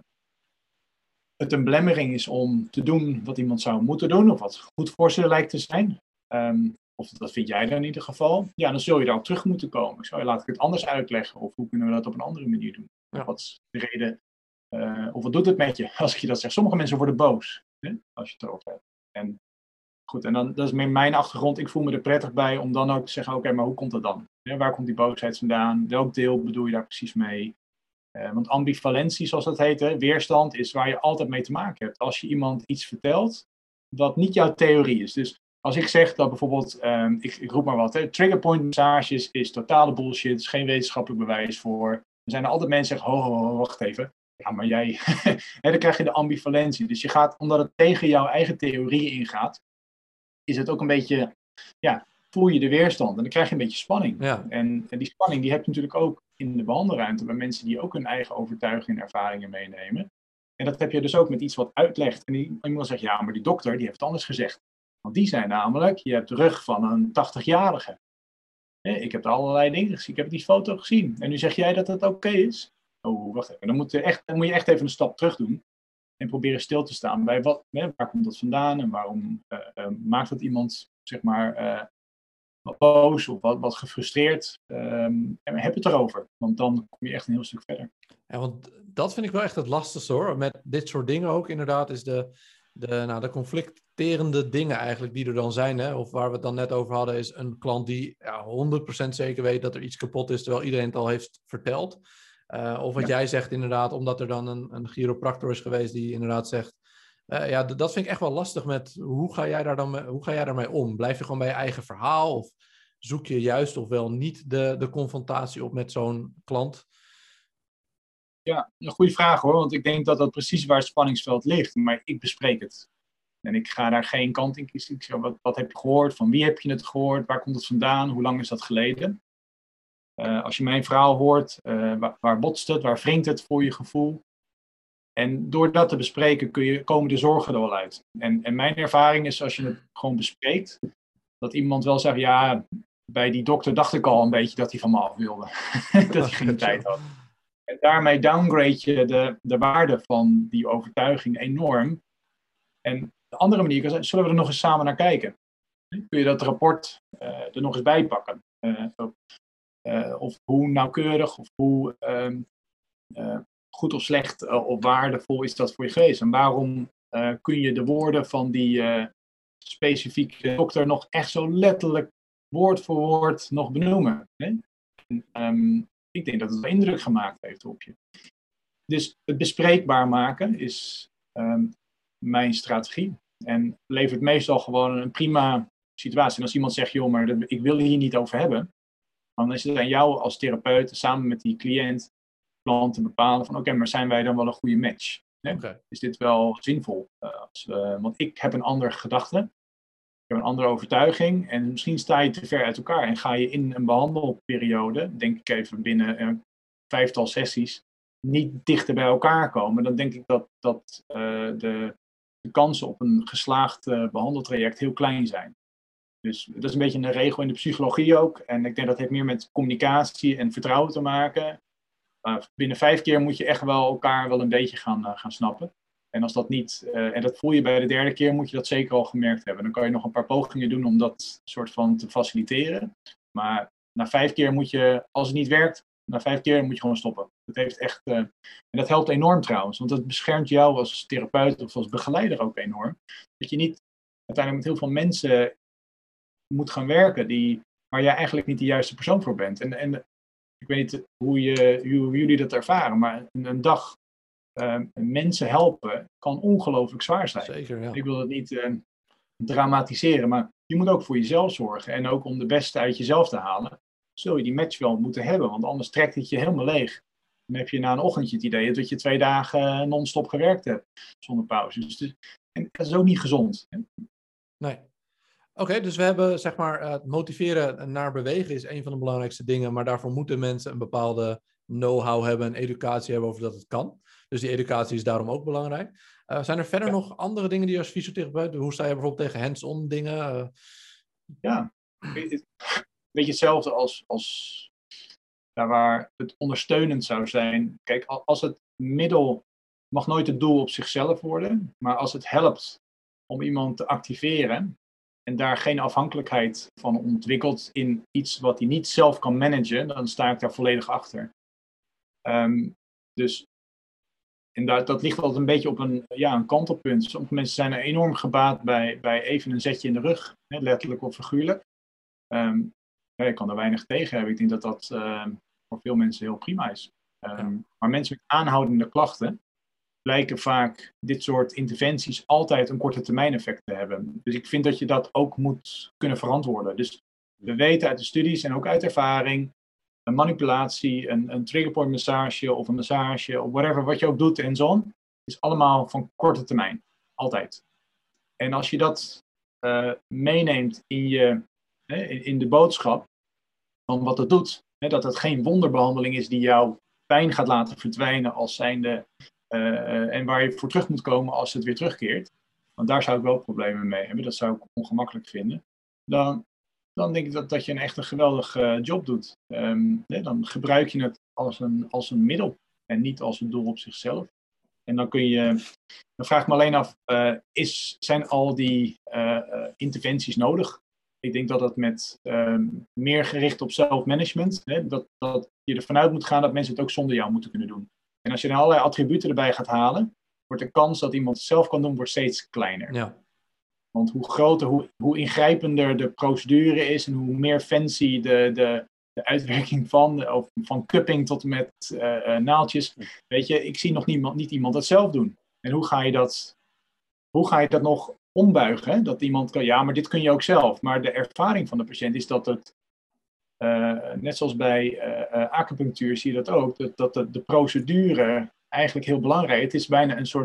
het een belemmering is om te doen wat iemand zou moeten doen, of wat goed voor ze lijkt te zijn. Of dat vind jij dan in ieder geval. Ja, dan zul je daarop terug moeten komen. Laat ik het anders uitleggen, of hoe kunnen we dat op een andere manier doen? Ja. Wat is de reden? Of wat doet het met je als ik je dat zeg? Sommige mensen worden boos, als je het erover hebt. En goed, en dan, dat is mijn achtergrond. Ik voel me er prettig bij om dan ook te zeggen, oké, maar hoe komt dat dan? Waar komt die boosheid vandaan? Welk deel bedoel je daar precies mee? Want ambivalentie, zoals dat heet, weerstand, is waar je altijd mee te maken hebt. Als je iemand iets vertelt wat niet jouw theorie is. Dus als ik zeg dat bijvoorbeeld, ik roep maar wat, triggerpoint massages is totale bullshit, er is geen wetenschappelijk bewijs voor. Er zijn er altijd mensen die zeggen, wacht even. Ja, maar jij, dan krijg je de ambivalentie. Dus je gaat, omdat het tegen jouw eigen theorieën ingaat, is het ook een beetje, voel je de weerstand. En dan krijg je een beetje spanning. Ja. En die spanning die heb je natuurlijk ook in de behandelruimte bij mensen die ook hun eigen overtuigingen en ervaringen meenemen. En dat heb je dus ook met iets wat uitlegt. En iemand zegt, ja, maar die dokter die heeft het anders gezegd. Want die zei namelijk, je hebt de rug van een 80-jarige. Ik heb er allerlei dingen gezien. Ik heb die foto gezien. En nu zeg jij dat het oké is? Oh, wacht even. Dan moet je echt even een stap terug doen. En proberen stil te staan bij waar komt dat vandaan? En waarom maakt dat iemand, zeg maar, wat boos of wat gefrustreerd. En heb het erover, want dan kom je echt een heel stuk verder. Ja, want dat vind ik wel echt het lastigste hoor. Met dit soort dingen ook inderdaad is de conflicterende dingen eigenlijk die er dan zijn. Hè? Of waar we het dan net over hadden is een klant die 100% zeker weet dat er iets kapot is terwijl iedereen het al heeft verteld. Of wat jij zegt inderdaad, omdat er dan een chiropractor is geweest die inderdaad zegt... dat vind ik echt wel lastig met hoe ga jij daarmee om? Blijf je gewoon bij je eigen verhaal? Of zoek je juist of wel niet de confrontatie op met zo'n klant? Ja, een goede vraag hoor, want ik denk dat dat precies waar het spanningsveld ligt. Maar ik bespreek het. En ik ga daar geen kant in kiezen. Ik zeg, wat heb je gehoord? Van wie heb je het gehoord? Waar komt het vandaan? Hoe lang is dat geleden? Als je mijn verhaal hoort, waar botst het? Waar wringt het voor je gevoel? En door dat te bespreken komen de zorgen er wel uit. En mijn ervaring is als je het gewoon bespreekt, dat iemand wel zegt, ja, bij die dokter dacht ik al een beetje dat hij van me af wilde. Dat hij geen tijd had. En daarmee downgrade je de waarde van die overtuiging enorm. En de andere manier is, zullen we er nog eens samen naar kijken? Kun je dat rapport er nog eens bij pakken? Of hoe nauwkeurig of hoe goed of slecht of waardevol is dat voor je geweest? En waarom kun je de woorden van die specifieke dokter nog echt zo letterlijk woord voor woord nog benoemen? Hè? Ik denk dat het wel indruk gemaakt heeft op je. Dus het bespreekbaar maken is mijn strategie. En levert meestal gewoon een prima situatie. En als iemand zegt, joh, maar ik wil hier niet over hebben. Dan is het aan jou als therapeut, samen met die cliënt, klant te bepalen van oké, maar zijn wij dan wel een goede match? Okay. Is dit wel zinvol? Want ik heb een andere gedachte. Ik heb een andere overtuiging. En misschien sta je te ver uit elkaar. En ga je in een behandelperiode, denk ik even binnen een 5-tal sessies, niet dichter bij elkaar komen. Dan denk ik dat de kansen op een geslaagd behandeltraject heel klein zijn. Dus dat is een beetje een regel in de psychologie ook. En ik denk dat heeft meer met communicatie en vertrouwen te maken. Binnen 5 keer moet je echt wel elkaar wel een beetje gaan snappen. En als dat niet, en dat voel je bij de 3e keer, moet je dat zeker al gemerkt hebben. Dan kan je nog een paar pogingen doen om dat soort van te faciliteren. Maar na 5 keer moet je, als het niet werkt, na 5 keer moet je gewoon stoppen. Dat heeft echt, en dat helpt enorm trouwens, want dat beschermt jou als therapeut of als begeleider ook enorm. Dat je niet uiteindelijk met heel veel mensen moet gaan werken waar jij eigenlijk niet de juiste persoon voor bent. En ik weet niet hoe jullie dat ervaren, maar een dag mensen helpen kan ongelooflijk zwaar zijn. Zeker, ja. Ik wil het niet dramatiseren, maar je moet ook voor jezelf zorgen. En ook om de beste uit jezelf te halen, zul je die match wel moeten hebben, want anders trekt het je helemaal leeg. Dan heb je na een ochtendje het idee dat je 2 dagen non-stop gewerkt hebt, zonder pauze. En dat is ook niet gezond. Hè? Nee. Oké, dus we hebben zeg maar het motiveren naar bewegen is een van de belangrijkste dingen, maar daarvoor moeten mensen een bepaalde know-how hebben en educatie hebben over dat het kan. Dus die educatie is daarom ook belangrijk. Zijn er verder nog andere dingen die je als fysiotherapeut, hoe sta je bijvoorbeeld tegen hands-on dingen? Ja, een beetje hetzelfde als daar waar het ondersteunend zou zijn. Kijk, als het middel mag nooit het doel op zichzelf worden, maar als het helpt om iemand te activeren en daar geen afhankelijkheid van ontwikkelt in iets wat hij niet zelf kan managen, dan sta ik daar volledig achter. En dat ligt altijd een beetje op een kantelpunt. Sommige mensen zijn er enorm gebaat bij even een zetje in de rug, hè, letterlijk of figuurlijk. Ik kan er weinig tegen hebben. Ik denk dat dat voor veel mensen heel prima is. Maar mensen met aanhoudende klachten blijken vaak dit soort interventies altijd een korte termijn effect te hebben. Dus ik vind dat je dat ook moet kunnen verantwoorden. Dus we weten uit de studies en ook uit ervaring, een manipulatie, een triggerpoint massage of een massage of whatever, wat je ook doet en zo, is allemaal van korte termijn. Altijd. En als je dat meeneemt in de boodschap van wat het doet, dat het geen wonderbehandeling is die jouw pijn gaat laten verdwijnen als zijnde en waar je voor terug moet komen als het weer terugkeert, want daar zou ik wel problemen mee hebben, dat zou ik ongemakkelijk vinden, dan denk ik dat je echt een geweldige job doet. Dan gebruik je het als een middel en niet als een doel op zichzelf. En dan vraag ik me alleen af, zijn al die interventies nodig? ik denk dat het met meer gericht op zelfmanagement, dat je ervan uit moet gaan dat mensen het ook zonder jou moeten kunnen doen. En als je dan allerlei attributen erbij gaat halen, wordt de kans dat iemand het zelf kan doen, wordt steeds kleiner. Ja. Want hoe groter, hoe ingrijpender de procedure is en hoe meer fancy de uitwerking van cupping tot en met naaldjes. Weet je, ik zie nog niet iemand dat zelf doen. En hoe ga je dat nog ombuigen? Hè? Dat iemand kan, ja, maar dit kun je ook zelf. Maar de ervaring van de patiënt is dat het, net zoals bij acupunctuur zie je dat ook, dat de procedure eigenlijk heel belangrijk is. Het is bijna een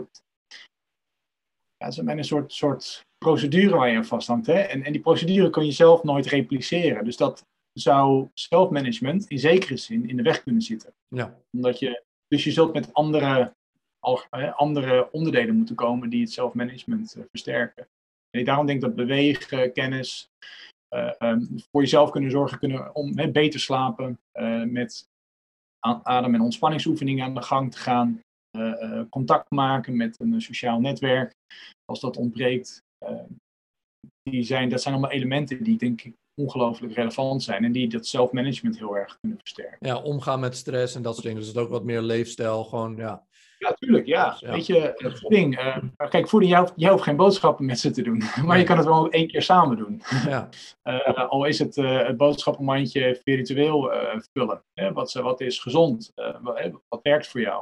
soort procedure waar je aan vasthangt. Hè? En die procedure kun je zelf nooit repliceren. Dus dat zou zelfmanagement in zekere zin in de weg kunnen zitten. Ja. Dus je zult met andere onderdelen moeten komen die het zelfmanagement versterken. En daarom denk ik dat bewegen, kennis, voor jezelf kunnen zorgen, om beter slapen, met adem- en ontspanningsoefeningen aan de gang te gaan, contact maken met een sociaal netwerk, als dat ontbreekt. Dat zijn allemaal elementen die denk ik ongelooflijk relevant zijn en die dat zelfmanagement heel erg kunnen versterken. Ja, omgaan met stress en dat soort dingen. Dus het is ook wat meer leefstijl, gewoon, ja. Ja, tuurlijk, ja. Dus, ja. Weet je, voeding. Kijk, voeding, je hoeft geen boodschappen met ze te doen. Maar je kan het wel 1 keer samen doen. Ja. Al is het boodschappenmandje virtueel vullen. Wat is gezond? Wat werkt voor jou?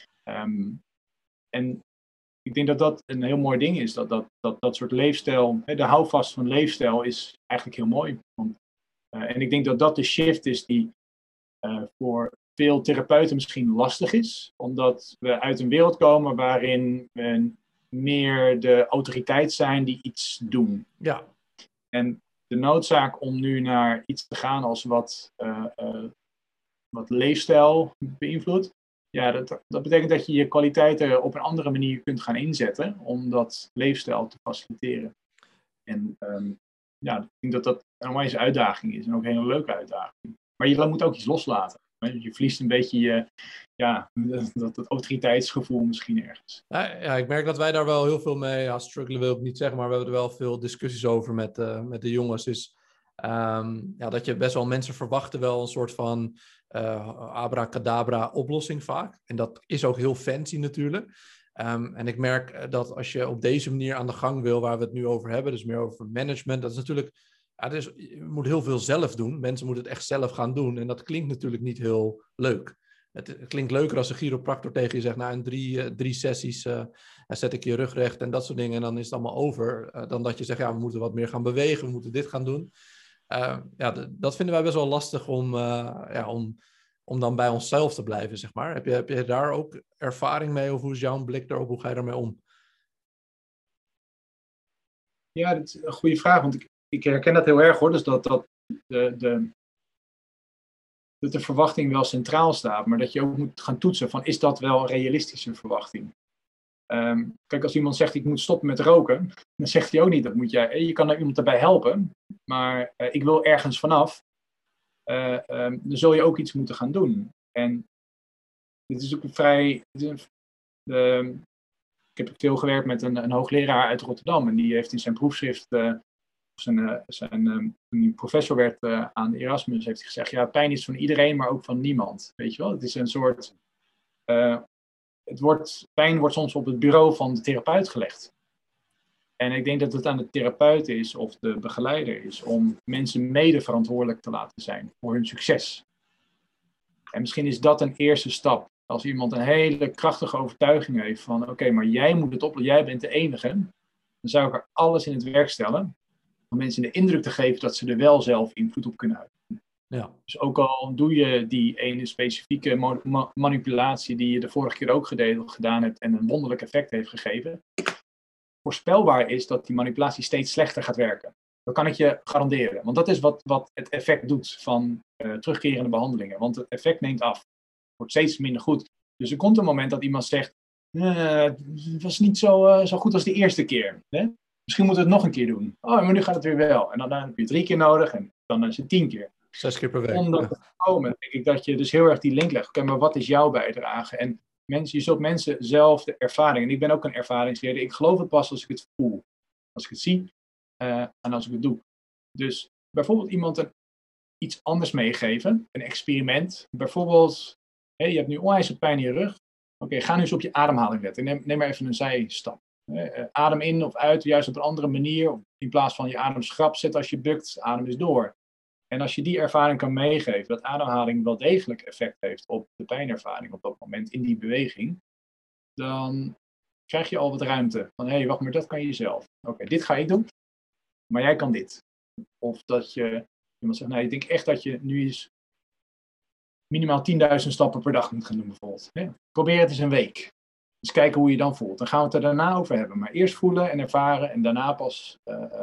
En ik denk dat dat een heel mooi ding is. Dat soort leefstijl, de houvast van leefstijl is eigenlijk heel mooi. En ik denk dat dat de shift is die voor veel therapeuten misschien lastig is. Omdat we uit een wereld komen waarin we meer de autoriteit zijn die iets doen. Ja. En de noodzaak om nu naar iets te gaan als wat leefstijl beïnvloedt. Ja, dat betekent dat je je kwaliteiten op een andere manier kunt gaan inzetten om dat leefstijl te faciliteren. En ik denk dat dat een onwijs uitdaging is en ook een hele leuke uitdaging. Maar je moet ook iets loslaten. Je verliest een beetje dat autoriteitsgevoel misschien ergens. Ja, ik merk dat wij daar wel heel veel mee, struggelen wil ik niet zeggen, maar we hebben er wel veel discussies over met de jongens. Is dat je best wel, mensen verwachten wel een soort van abracadabra oplossing vaak. En dat is ook heel fancy natuurlijk. En ik merk dat als je op deze manier aan de gang wil, waar we het nu over hebben, dus meer over management, dat is natuurlijk, je moet heel veel zelf doen. Mensen moeten het echt zelf gaan doen. En dat klinkt natuurlijk niet heel leuk. Het klinkt leuker als een chiropractor tegen je zegt, in 3 sessies zet ik je rug recht en dat soort dingen. En dan is het allemaal over. Dan dat je zegt, we moeten wat meer gaan bewegen, we moeten dit gaan doen. Dat vinden wij best wel lastig om dan bij onszelf te blijven, zeg maar. Heb je daar ook ervaring mee? Of hoe is jouw blik daarop? Hoe ga je daarmee om? Ja, dat is een goede vraag. Want ik herken dat heel erg hoor. Dus dat de verwachting wel centraal staat. Maar dat je ook moet gaan toetsen van, is dat wel een realistische verwachting? Kijk, als iemand zegt, ik moet stoppen met roken. Dan zegt hij ook niet, dat moet jij. Je kan er iemand daarbij helpen. Maar ik wil ergens vanaf. Dan zul je ook iets moeten gaan doen. En dit is ook ik heb veel gewerkt met een hoogleraar uit Rotterdam. En die heeft in zijn proefschrift, toen hij professor werd aan de Erasmus, heeft hij gezegd, ja, pijn is van iedereen, maar ook van niemand. Weet je wel, het is een soort, pijn wordt soms op het bureau van de therapeut gelegd. En ik denk dat het aan de therapeut is, of de begeleider is, om mensen mede verantwoordelijk te laten zijn voor hun succes. En misschien is dat een eerste stap. Als iemand een hele krachtige overtuiging heeft van, oké, maar jij moet het oplossen, jij bent de enige. Dan zou ik er alles in het werk stellen om mensen de indruk te geven dat ze er wel zelf invloed op kunnen uitoefenen. Ja. Dus ook al doe je die ene specifieke manipulatie die je de vorige keer ook gedaan hebt en een wonderlijk effect heeft gegeven, voorspelbaar is dat die manipulatie steeds slechter gaat werken. Dat kan ik je garanderen. Want dat is wat het effect doet van terugkerende behandelingen. Want het effect neemt af. Het wordt steeds minder goed. Dus er komt een moment dat iemand zegt, het was niet zo goed als de eerste keer. Hè? Misschien moeten we het nog een keer doen. Oh, maar nu gaat het weer wel. En dan heb je 3 keer nodig en dan is het 10 keer. 6 keer per week. Om dat te voorkomen, denk ik dat je dus heel erg die link legt. Oké, maar wat is jouw bijdrage? En je zult mensen zelf de ervaring, en ik ben ook een ervaringsleerder, ik geloof het pas als ik het voel. Als ik het zie en als ik het doe. Dus bijvoorbeeld iemand iets anders meegeven, een experiment. Bijvoorbeeld, je hebt nu onwijs pijn in je rug. Oké, ga nu eens op je ademhaling letten. Neem maar even een zijstap. Adem in of uit, juist op een andere manier. In plaats van je adem schrap zetten als je bukt, adem eens door. En als je die ervaring kan meegeven, dat ademhaling wel degelijk effect heeft op de pijnervaring op dat moment in die beweging, dan krijg je al wat ruimte. Van, hé, wacht maar, dat kan je zelf. Oké, dit ga ik doen, maar jij kan dit. Of dat je iemand zegt, ik denk echt dat je nu eens minimaal 10.000 stappen per dag moet gaan doen bijvoorbeeld. Probeer het eens een week. Dus kijken hoe je dan voelt. Dan gaan we het er daarna over hebben. Maar eerst voelen en ervaren en daarna pas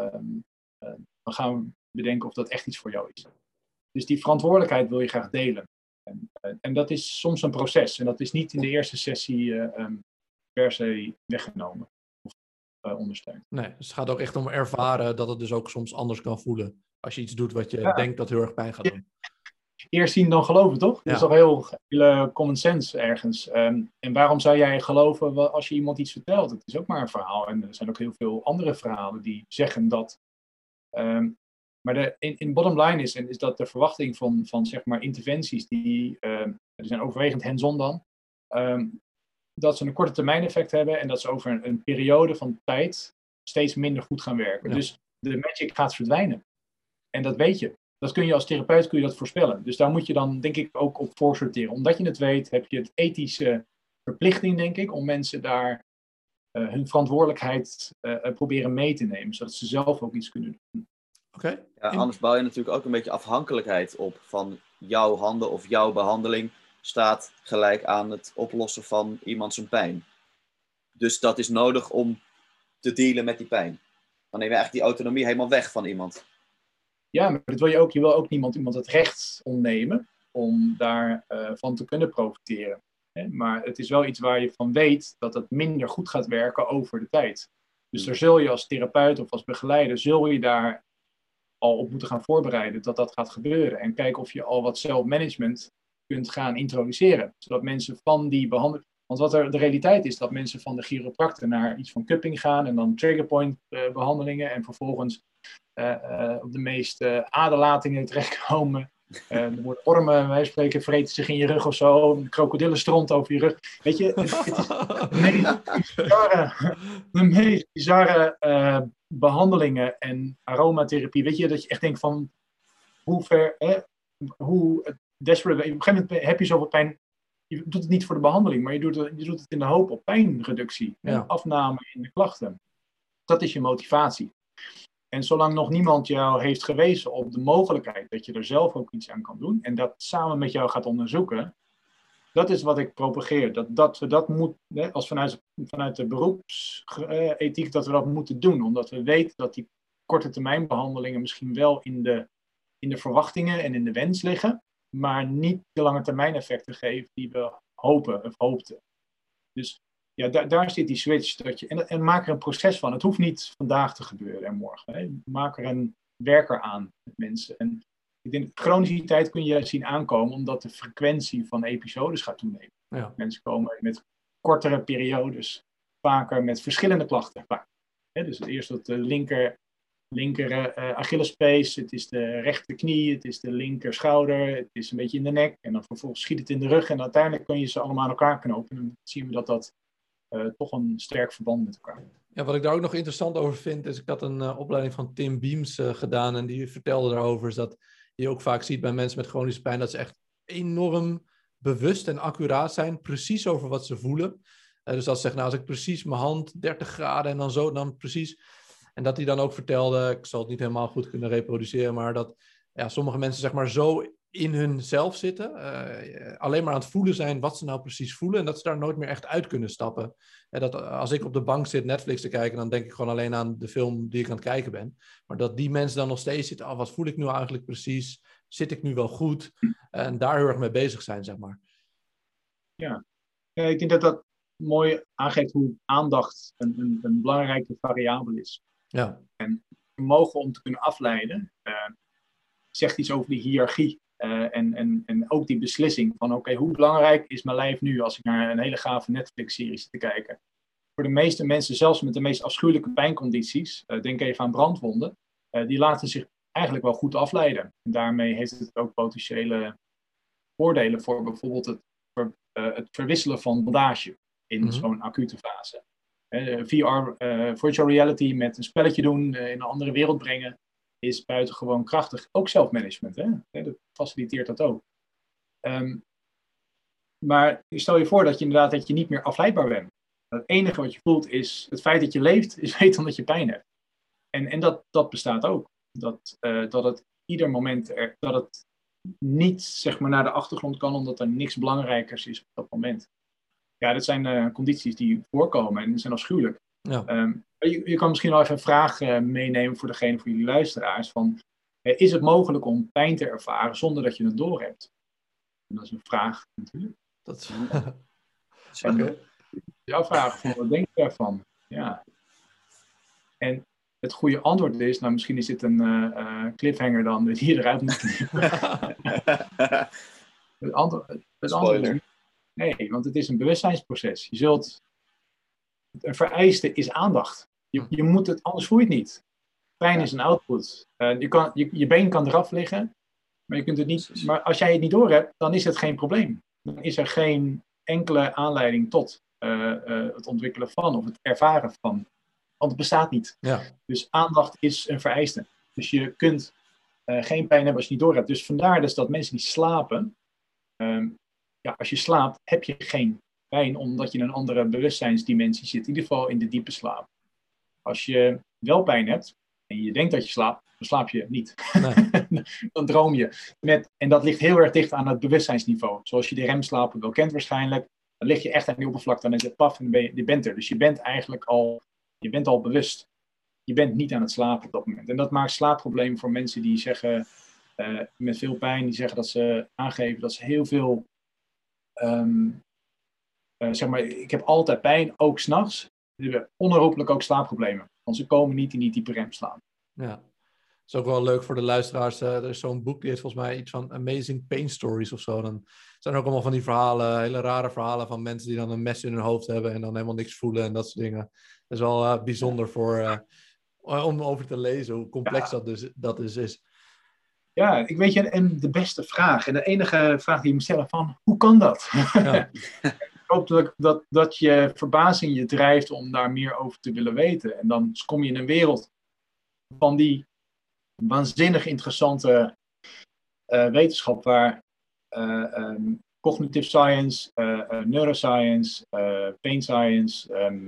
dan gaan we bedenken of dat echt iets voor jou is. Dus die verantwoordelijkheid wil je graag delen. En dat is soms een proces. En dat is niet in de eerste sessie per se weggenomen of ondersteund. Nee, dus het gaat ook echt om ervaren dat het dus ook soms anders kan voelen. Als je iets doet wat je denkt dat heel erg pijn gaat doen. Eerst zien dan geloven, toch? Dat is toch heel common sense ergens. En waarom zou jij geloven als je iemand iets vertelt? Het is ook maar een verhaal. En er zijn ook heel veel andere verhalen die zeggen dat. Maar in bottom line is dat de verwachting van zeg maar interventies die zijn overwegend hands-on dan. Dat ze een korte termijn effect hebben en dat ze over een periode van tijd steeds minder goed gaan werken. Ja. Dus de magic gaat verdwijnen. En dat weet je. Dat kun je als therapeut voorspellen. Dus daar moet je dan denk ik ook op voorsorteren. Omdat je het weet, heb je het ethische verplichting denk ik om mensen daar hun verantwoordelijkheid proberen mee te nemen. Zodat ze zelf ook iets kunnen doen. Okay. Ja, anders bouw je natuurlijk ook een beetje afhankelijkheid op van jouw handen of jouw behandeling staat gelijk aan het oplossen van iemand zijn pijn. Dus dat is nodig om te dealen met die pijn. Dan neem je eigenlijk die autonomie helemaal weg van iemand. Ja, maar dat wil je ook. Je wil ook iemand het recht ontnemen om daarvan te kunnen profiteren. Maar het is wel iets waar je van weet dat het minder goed gaat werken over de tijd. Dus daar zul je als therapeut of als begeleider, zul je daar al op moeten gaan voorbereiden dat gaat gebeuren. En kijken of je al wat zelfmanagement kunt gaan introduceren. Zodat mensen van die behandeling. Want de realiteit is dat mensen van de chiropractor naar iets van cupping gaan en dan triggerpoint behandelingen en vervolgens op de meeste aderlatingen terechtkomen. Er worden ormen, wij spreken, vreten zich in je rug of zo. Een krokodillen stront over je rug. Weet je, het is de meest bizarre behandelingen en aromatherapie. Weet je, dat je echt denkt van hoe desperate. Op een gegeven moment heb je zoveel pijn. Je doet het niet voor de behandeling, maar je doet het in de hoop op pijnreductie en afname in de klachten. Dat is je motivatie. En zolang nog niemand jou heeft gewezen op de mogelijkheid dat je er zelf ook iets aan kan doen en dat samen met jou gaat onderzoeken, dat is wat ik propageer. Dat moet, als vanuit de beroepsethiek, dat we dat moeten doen. Omdat we weten dat die korte termijn behandelingen misschien wel in de verwachtingen en in de wens liggen, maar niet de lange termijn effecten geven die we hopen of hoopten. Dus ja, daar zit die switch. En maak er een proces van. Het hoeft niet vandaag te gebeuren en morgen. Hè. Maak er een werker aan met mensen. En ik denk, chroniciteit kun je zien aankomen omdat de frequentie van episodes gaat toenemen. Ja. Mensen komen met kortere periodes, vaker met verschillende klachten. Dus eerst dat de linker Achillespees, het is de rechterknie, het is de linker schouder, het is een beetje in de nek. En dan vervolgens schiet het in de rug en uiteindelijk kun je ze allemaal aan elkaar knopen. En dan zien we dat toch een sterk verband met elkaar. Ja, wat ik daar ook nog interessant over vind, is ik had een opleiding van Tim Beams gedaan en die vertelde daarover, is dat je ook vaak ziet bij mensen met chronische pijn dat ze echt enorm bewust en accuraat zijn, precies over wat ze voelen. Dus dat ze zeggen, als ik precies mijn hand 30 graden en dan zo, dan precies. En dat hij dan ook vertelde, ik zal het niet helemaal goed kunnen reproduceren, maar dat sommige mensen zeg maar zo in hunzelf zitten, alleen maar aan het voelen zijn wat ze nou precies voelen en dat ze daar nooit meer echt uit kunnen stappen. Dat als ik op de bank zit Netflix te kijken, dan denk ik gewoon alleen aan de film die ik aan het kijken ben. Maar dat die mensen dan nog steeds zitten, wat voel ik nu eigenlijk precies? Zit ik nu wel goed? En daar heel erg mee bezig zijn, zeg maar. Ja, ik denk dat mooi aangeeft hoe aandacht een belangrijke variabele is. Ja. En vermogen om te kunnen afleiden zegt iets over die hiërarchie. En ook die beslissing van oké, hoe belangrijk is mijn lijf nu als ik naar een hele gave Netflix-serie zit te kijken. Voor de meeste mensen, zelfs met de meest afschuwelijke pijncondities, denk even aan brandwonden, die laten zich eigenlijk wel goed afleiden. En daarmee heeft het ook potentiële voordelen voor bijvoorbeeld het verwisselen van bandage in zo'n acute fase. VR, virtual reality met een spelletje doen, in een andere wereld brengen, is buitengewoon krachtig. Ook zelfmanagement, dat faciliteert dat ook. Maar stel je voor dat je niet meer afleidbaar bent. Het enige wat je voelt is het feit dat je leeft, is weten dat je pijn hebt. En dat bestaat ook. Dat het ieder moment, dat het niet zeg maar naar de achtergrond kan, omdat er niks belangrijkers is op dat moment. Ja, dat zijn condities die voorkomen en die zijn afschuwelijk. Ja. Je kan misschien wel even een vraag meenemen voor jullie luisteraars. Is het mogelijk om pijn te ervaren zonder dat je het doorhebt? En dat is een vraag natuurlijk. Okay. Jouw vraag, wat denk je daarvan? Ja. En het goede antwoord is, misschien is dit een cliffhanger dan, die je eruit moet knippen. Het antwoord is nee, want het is een bewustzijnsproces. Een vereiste is aandacht. Je moet het, anders voel je het niet. Pijn is een output. Je been kan eraf liggen, maar je kunt het niet. Maar als jij het niet doorhebt, dan is het geen probleem. Dan is er geen enkele aanleiding tot het ontwikkelen van of het ervaren van. Want het bestaat niet. Ja. Dus aandacht is een vereiste. Dus je kunt geen pijn hebben als je het niet doorhebt. Dus vandaar dus dat mensen die slapen, als je slaapt, heb je geen pijn, omdat je in een andere bewustzijnsdimensie zit. In ieder geval in de diepe slaap. Als je wel pijn hebt en je denkt dat je slaapt, dan slaap je niet. Nee. Dan droom je. En dat ligt heel erg dicht aan het bewustzijnsniveau. Zoals je de remslapen wel kent waarschijnlijk. Dan lig je echt aan die oppervlakte, dan is het paf en je bent er. Dus je bent eigenlijk al bewust. Je bent niet aan het slapen op dat moment. En dat maakt slaapproblemen voor mensen die zeggen, met veel pijn, die zeggen dat ze aangeven dat ze heel veel, ik heb altijd pijn, ook 's nachts. Ze hebben onherroepelijk ook slaapproblemen. Want ze komen niet in die diepe remslaap. Ja, dat is ook wel leuk voor de luisteraars. Er is zo'n boek, die heeft volgens mij iets van Amazing Pain Stories of zo. Dan zijn er ook allemaal van die verhalen, hele rare verhalen van mensen die dan een mes in hun hoofd hebben en dan helemaal niks voelen en dat soort dingen. Dat is wel bijzonder om over te lezen, hoe complex dat is. Ja, ik weet je, en de beste vraag, en de enige vraag die je moet stellen van, hoe kan dat? Ja. Ik hoop dat je verbazing je drijft om daar meer over te willen weten. En dan kom je in een wereld van die waanzinnig interessante wetenschap waar cognitive science, neuroscience, pain science,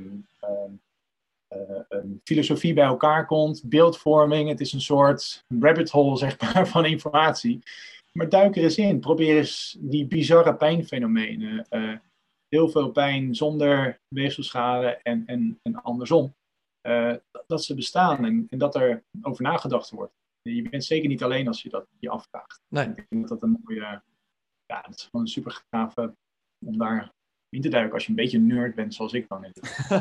filosofie bij elkaar komt, beeldvorming. Het is een soort rabbit hole, zeg maar, van informatie. Maar duik er eens in. Probeer eens die bizarre pijnfenomenen. Heel veel pijn zonder weefselschade en andersom. Dat ze bestaan en dat er over nagedacht wordt. Je bent zeker niet alleen als je dat je afvraagt. Nee. Ik denk dat een mooie... Ja, dat is gewoon een super gave om daar in te duiken als je een beetje een nerd bent zoals ik dan.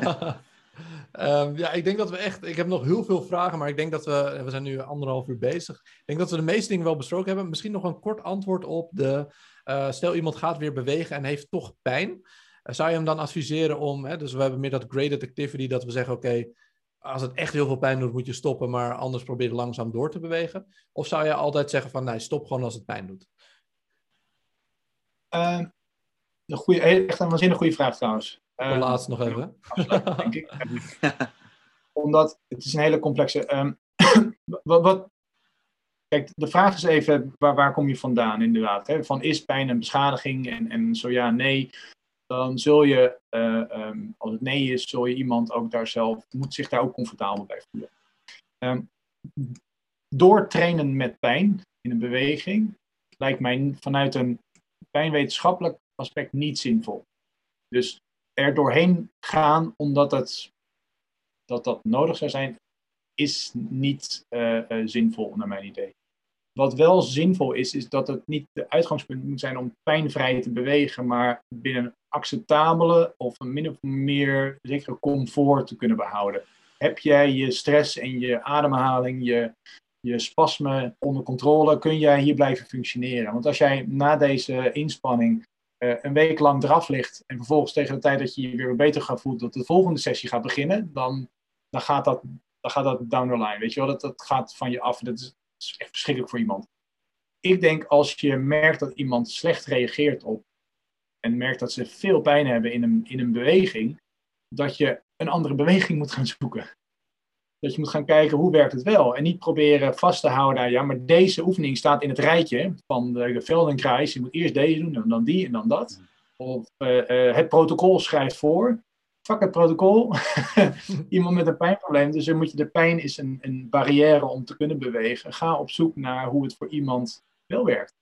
Ik denk dat we echt... Ik heb nog heel veel vragen, maar ik denk dat we zijn nu 1,5 uur bezig. Ik denk dat we de meeste dingen wel besproken hebben. Misschien nog een kort antwoord op stel iemand gaat weer bewegen en heeft toch pijn. Zou je hem dan adviseren om... dus we hebben meer dat graded activity, dat we zeggen, oké, als het echt heel veel pijn doet, moet je stoppen, maar anders probeer je langzaam door te bewegen. Of zou je altijd zeggen van, nee, stop gewoon als het pijn doet? Echt een waanzinnig goede vraag trouwens. De laatste nog even. Denk ik. Omdat het is een hele complexe... Kijk, de vraag is even, waar kom je vandaan inderdaad? Hè? Van is pijn een beschadiging en zo ja, nee. Dan zul je, als het nee is, zul je iemand ook moet zich daar ook comfortabel bij voelen. Doortrainen met pijn in een beweging lijkt mij vanuit een pijnwetenschappelijk aspect niet zinvol. Dus er doorheen gaan omdat dat nodig zou zijn, is niet zinvol naar mijn idee. Wat wel zinvol is dat het niet de uitgangspunt moet zijn om pijnvrij te bewegen, maar binnen een acceptabele of een min of meer zekere comfort te kunnen behouden. Heb jij je stress en je ademhaling, je spasmen onder controle, kun jij hier blijven functioneren. Want als jij na deze inspanning een week lang eraf ligt en vervolgens tegen de tijd dat je je weer beter gaat voelen, dat de volgende sessie gaat beginnen, dan gaat dat down the line. Weet je wel, dat gaat van je af. Dat is is echt verschrikkelijk voor iemand. Ik denk als je merkt dat iemand slecht reageert op en merkt dat ze veel pijn hebben in een beweging, dat je een andere beweging moet gaan zoeken. Dat je moet gaan kijken hoe werkt het wel. En niet proberen vast te houden aan, ja, maar deze oefening staat in het rijtje van de Feldenkrais. Je moet eerst deze doen en dan die en dan dat. Of het protocol schrijft voor. Fuck het protocol. Iemand met een pijnprobleem. Dus dan moet je, de pijn is een barrière om te kunnen bewegen. Ga op zoek naar hoe het voor iemand wel werkt.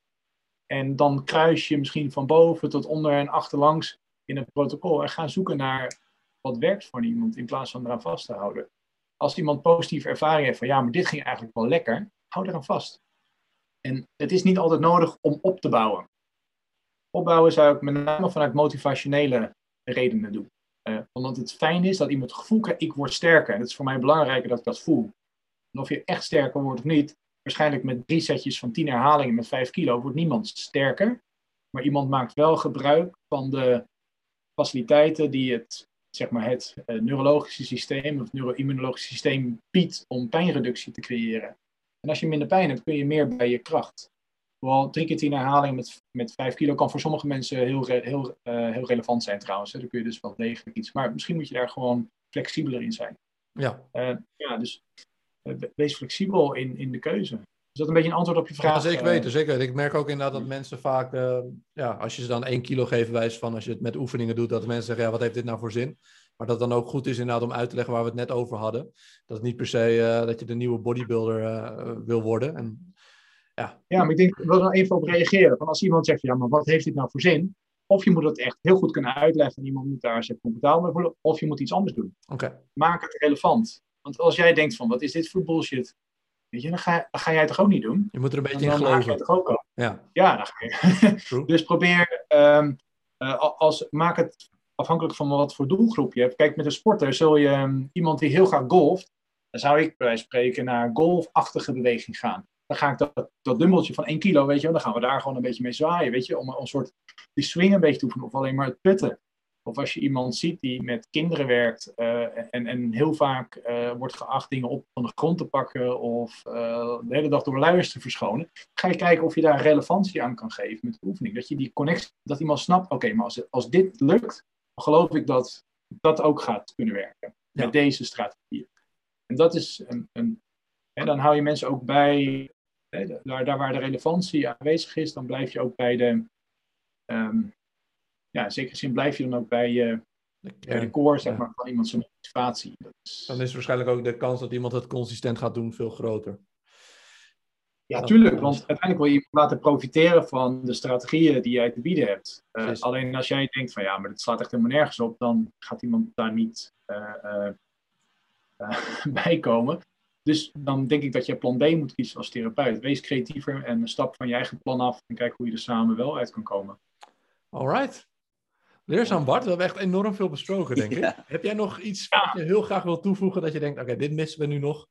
En dan kruis je misschien van boven tot onder en achterlangs in het protocol. En ga zoeken naar wat werkt voor iemand in plaats van eraan vast te houden. Als iemand positieve ervaring heeft van ja, maar dit ging eigenlijk wel lekker, hou eraan vast. En het is niet altijd nodig om op te bouwen. Opbouwen zou ik met name vanuit motivationele redenen doen. Omdat het fijn is dat iemand het gevoel krijgt, ik word sterker. En het is voor mij belangrijker dat ik dat voel. En of je echt sterker wordt of niet, waarschijnlijk met 3 setjes van 10 herhalingen met 5 kilo wordt niemand sterker. Maar iemand maakt wel gebruik van de faciliteiten die het neurologische systeem of neuro-immunologische systeem biedt om pijnreductie te creëren. En als je minder pijn hebt, kun je meer bij je kracht. Vooral 3 keer 10 herhalingen met 5 kilo kan voor sommige mensen heel relevant zijn trouwens. Hè. Dan kun je dus wel degelijk iets. Maar misschien moet je daar gewoon flexibeler in zijn. Ja. Dus wees flexibel in de keuze. Is dat een beetje een antwoord op je vraag? Ja, zeker weten, zeker weten. Ik merk ook inderdaad dat mensen vaak, als je ze dan 1 kilo geeft, wijs van als je het met oefeningen doet, dat mensen zeggen, ja, wat heeft dit nou voor zin? Maar dat het dan ook goed is inderdaad om uit te leggen waar we het net over hadden. Dat het niet per se dat je de nieuwe bodybuilder wil worden. En, ja, maar ik denk, ik wil er even op reageren. Van als iemand zegt, ja, maar wat heeft dit nou voor zin? Of je moet het echt heel goed kunnen uitleggen en iemand moet daar zich comfortabel mee voelen. Of je moet iets anders doen. Okay. Maak het relevant. Want als jij denkt van, wat is dit voor bullshit? Weet je, dan ga jij het toch ook niet doen? Je moet er een beetje in geloven. Dan ga je toch ook al. Ja, dan ga je. Dus probeer, maak het afhankelijk van wat voor doelgroep je hebt. Kijk, met een sporter zul je iemand die heel graag golft, dan zou ik bij wijze van spreken naar golfachtige beweging gaan. Dan ga ik dat dumbbelltje van 1 kilo, weet je wel, dan gaan we daar gewoon een beetje mee zwaaien, weet je, om een soort die swing een beetje te oefenen, of alleen maar het putten. Of als je iemand ziet die met kinderen werkt en heel vaak wordt geacht dingen op van de grond te pakken of de hele dag door luiers te verschonen, ga je kijken of je daar relevantie aan kan geven met de oefening. Dat je die connectie, dat iemand snapt, oké, maar als dit lukt, dan geloof ik dat dat ook gaat kunnen werken met deze strategieën. En dat is dan hou je mensen ook bij, daar waar de relevantie aanwezig is, dan blijf je ook bij de... in zekere zin blijf je dan ook bij de core zeg maar, van iemand zijn motivatie. Dan is waarschijnlijk ook de kans dat iemand het consistent gaat doen veel groter. Ja, tuurlijk. Want uiteindelijk wil je iemand laten profiteren van de strategieën die jij te bieden hebt. Alleen als jij denkt van ja, maar dit slaat echt helemaal nergens op, dan gaat iemand daar niet bij komen. Dus dan denk ik dat je plan B moet kiezen als therapeut. Wees creatiever en stap van je eigen plan af en kijk hoe je er samen wel uit kan komen. Alright. Leerzaam, Bart. We hebben echt enorm veel besproken, denk ik. Heb jij nog iets wat je heel graag wil toevoegen dat je denkt, oké, dit missen we nu nog?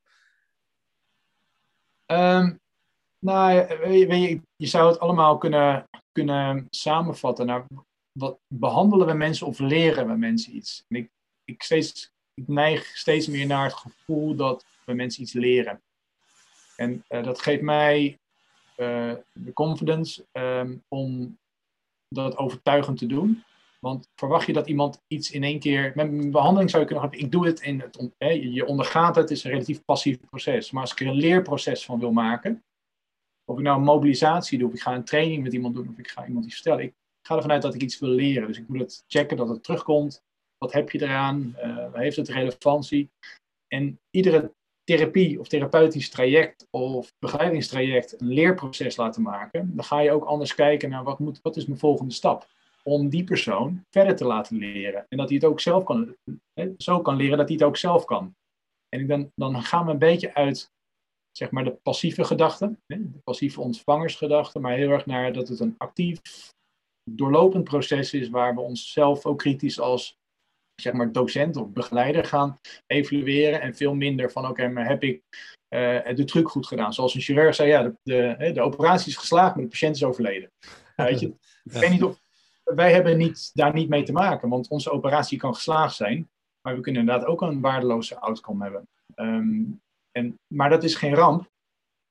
Je zou het allemaal kunnen samenvatten naar wat behandelen we mensen of leren we mensen iets? En ik neig steeds meer naar het gevoel dat we mensen iets leren. En dat geeft mij de confidence om dat overtuigend te doen. Want verwacht je dat iemand iets in één keer... Met een behandeling zou je kunnen hebben, ik doe het je ondergaat het, is een relatief passief proces. Maar als ik er een leerproces van wil maken, of ik nou een mobilisatie doe, of ik ga een training met iemand doen, of ik ga iemand iets vertellen, ik ga ervan uit dat ik iets wil leren. Dus ik moet het checken dat het terugkomt. Wat heb je eraan? Heeft het relevantie? En iedere therapie of therapeutisch traject of begeleidingstraject een leerproces laten maken, dan ga je ook anders kijken naar wat is mijn volgende stap? Om die persoon verder te laten leren. En dat hij het ook zelf kan, zo kan leren dat hij het ook zelf kan. En dan gaan we een beetje uit, zeg maar, de passieve gedachte, de passieve ontvangersgedachte, maar heel erg naar dat het een actief, doorlopend proces is waar we onszelf ook kritisch als, zeg maar, docent of begeleider gaan evalueren en veel minder van, oké, maar heb ik de truc goed gedaan? Zoals een chirurg zei, ja, de operatie is geslaagd, maar de patiënt is overleden. Weet je, ik weet niet of wij hebben daar niet mee te maken, want onze operatie kan geslaagd zijn, maar we kunnen inderdaad ook een waardeloze outcome hebben. Maar dat is geen ramp,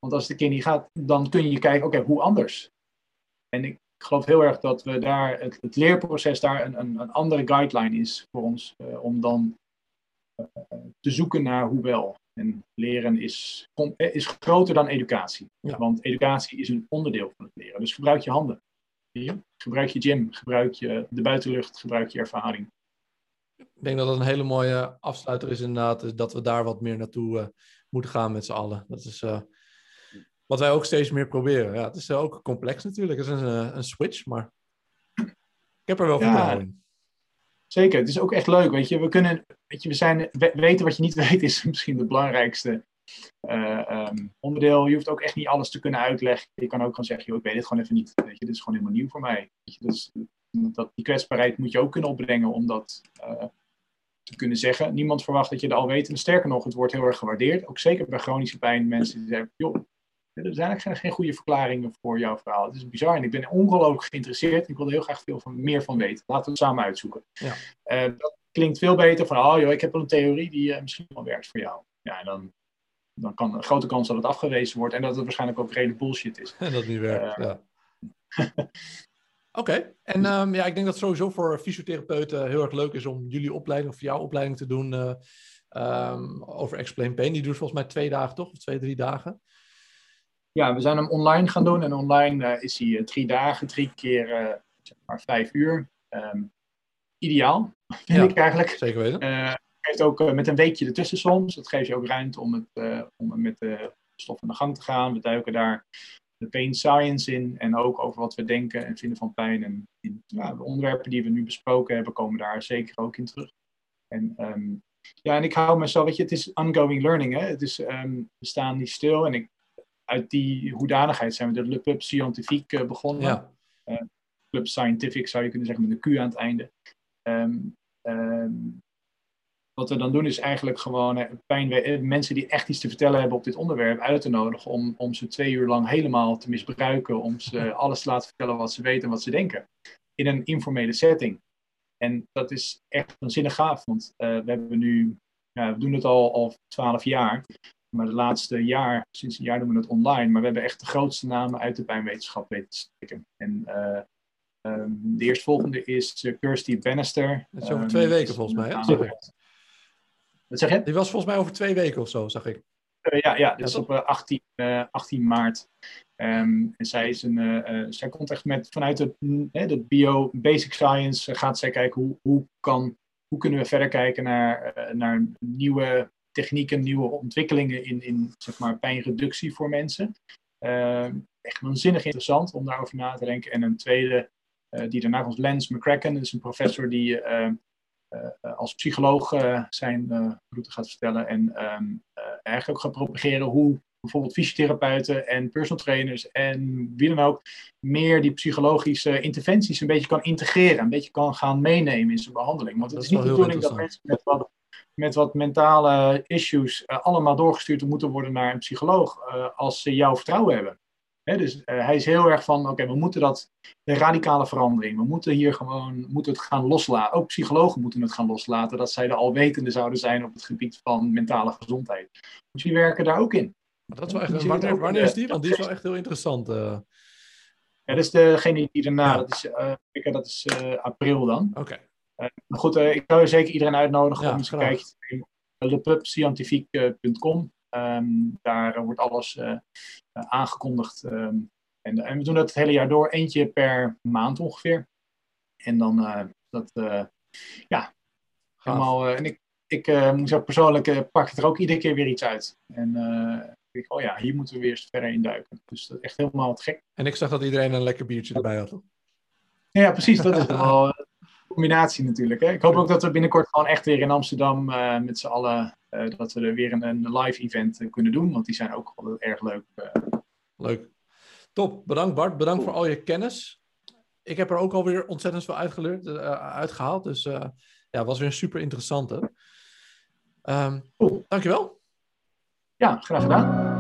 Want als het een keer niet gaat, dan kun je kijken, oké, hoe anders? En ik geloof heel erg dat we daar het leerproces daar een andere guideline is voor ons. Om dan te zoeken naar hoe wel. En leren is groter dan educatie. Ja. Want educatie is een onderdeel van het leren. Dus gebruik je handen. Gebruik je gym. Gebruik je de buitenlucht. Gebruik je ervaring. Ik denk dat het een hele mooie afsluiter is inderdaad. Is dat we daar wat meer naartoe moeten gaan met z'n allen. Dat is wat wij ook steeds meer proberen. Ja, het is ook complex natuurlijk. Het is een switch, maar ik heb er wel vertrouwen in. Zeker, het is ook echt leuk. Weet je, weten wat je niet weet is misschien het belangrijkste onderdeel. Je hoeft ook echt niet alles te kunnen uitleggen. Je kan ook gewoon zeggen, joh, ik weet het gewoon even niet. Weet je, dit is gewoon helemaal nieuw voor mij. Weet je, dus, die kwetsbaarheid moet je ook kunnen opbrengen om dat te kunnen zeggen. Niemand verwacht dat je het al weet. En sterker nog, het wordt heel erg gewaardeerd. Ook zeker bij chronische pijn. Mensen die zeggen, joh, er zijn eigenlijk geen goede verklaringen voor jouw verhaal. Het is bizar en ik ben ongelooflijk geïnteresseerd. Ik wil er heel graag meer van weten. Laten we het samen uitzoeken. Ja. Dat klinkt veel beter van, joh, ik heb wel een theorie die misschien wel werkt voor jou. Ja, en dan kan een grote kans dat het afgewezen wordt en dat het waarschijnlijk ook redelijk bullshit is. En dat het niet werkt, ja. Oké. En ik denk dat het sowieso voor fysiotherapeuten heel erg leuk is om jullie opleiding of jouw opleiding te doen over Explain Pain. Die doet volgens mij 2 dagen, toch? Of 2-3 dagen. Ja, we zijn hem online gaan doen. En online is hij 3 dagen, 3 keer 5 uur. Ideaal, vind ik eigenlijk. Zeker weten. Geeft ook met een weekje ertussen soms. Dat geeft je ook ruimte om met de stof aan de gang te gaan. We duiken daar de pain science in. En ook over wat we denken en vinden van pijn. En de onderwerpen die we nu besproken hebben, komen daar zeker ook in terug. En en ik hou mezelf, weet je, het is ongoing learning. Hè? Het is, we staan niet stil. En uit die hoedanigheid zijn we de Le Pub Scientifique begonnen. Ja. Club Scientific zou je kunnen zeggen met een Q aan het einde. Wat we dan doen is eigenlijk gewoon mensen die echt iets te vertellen hebben op dit onderwerp uit te nodigen om ze 2 uur lang helemaal te misbruiken, om ze alles te laten vertellen wat ze weten en wat ze denken. In een informele setting. En dat is echt waanzinnig gaaf, want we hebben nu, we doen het al 12 jaar. Maar de laatste sinds een jaar doen we het online. Maar we hebben echt de grootste namen uit de pijnwetenschap weten te steken. En de eerstvolgende is Kirsty Bannister. Dat is over 2 weken volgens mij, hè? Wat zeg je? Die was volgens mij over 2 weken of zo, zag ik. Dat is op 18 maart. En zij komt echt vanuit de basic science gaat zij kijken hoe kunnen we verder kijken naar nieuwe technieken, nieuwe ontwikkelingen in zeg maar pijnreductie voor mensen. Echt waanzinnig interessant om daarover na te denken. En een tweede die daarna komt, Lance McCracken, dat is een professor die als psycholoog zijn route gaat vertellen en eigenlijk ook gaat propageren hoe bijvoorbeeld fysiotherapeuten en personal trainers en wie dan ook meer die psychologische interventies een beetje kan integreren, een beetje kan gaan meenemen in zijn behandeling. Want het is niet de bedoeling dat mensen met wat mentale issues allemaal doorgestuurd moeten worden naar een psycholoog als ze jouw vertrouwen hebben. Dus hij is heel erg van, we moeten de radicale verandering, we moeten het gaan loslaten. Ook psychologen moeten het gaan loslaten, dat zij de alwetende zouden zijn op het gebied van mentale gezondheid. Dus die werken daar ook in. Dat is wel echt, wanneer is die? Want die is wel echt heel interessant. Ja, dat is degene die daarna, dat is april dan. Oké. Maar goed, ik zou zeker iedereen uitnodigen om eens een kijkje te nemen op lepubscientifique.com. Daar wordt alles aangekondigd. En we doen dat het hele jaar door, eentje per maand ongeveer. En dan helemaal. En ik moet zeggen, persoonlijk pak ik er ook iedere keer weer iets uit. En ik hier moeten we weer eens verder in duiken. Dus dat is echt helemaal te gek. En ik zag dat iedereen een lekker biertje erbij had. Ja, precies. Dat is wel een combinatie natuurlijk. Hè? Ik hoop ook dat we binnenkort gewoon echt weer in Amsterdam met z'n allen dat we er weer een live event kunnen doen. Want die zijn ook wel erg leuk. Leuk. Top. Bedankt Bart. Bedankt voor al je kennis. Ik heb er ook alweer ontzettend veel uitgehaald. Dus het was weer een super interessante. Dankjewel. Ja, graag gedaan.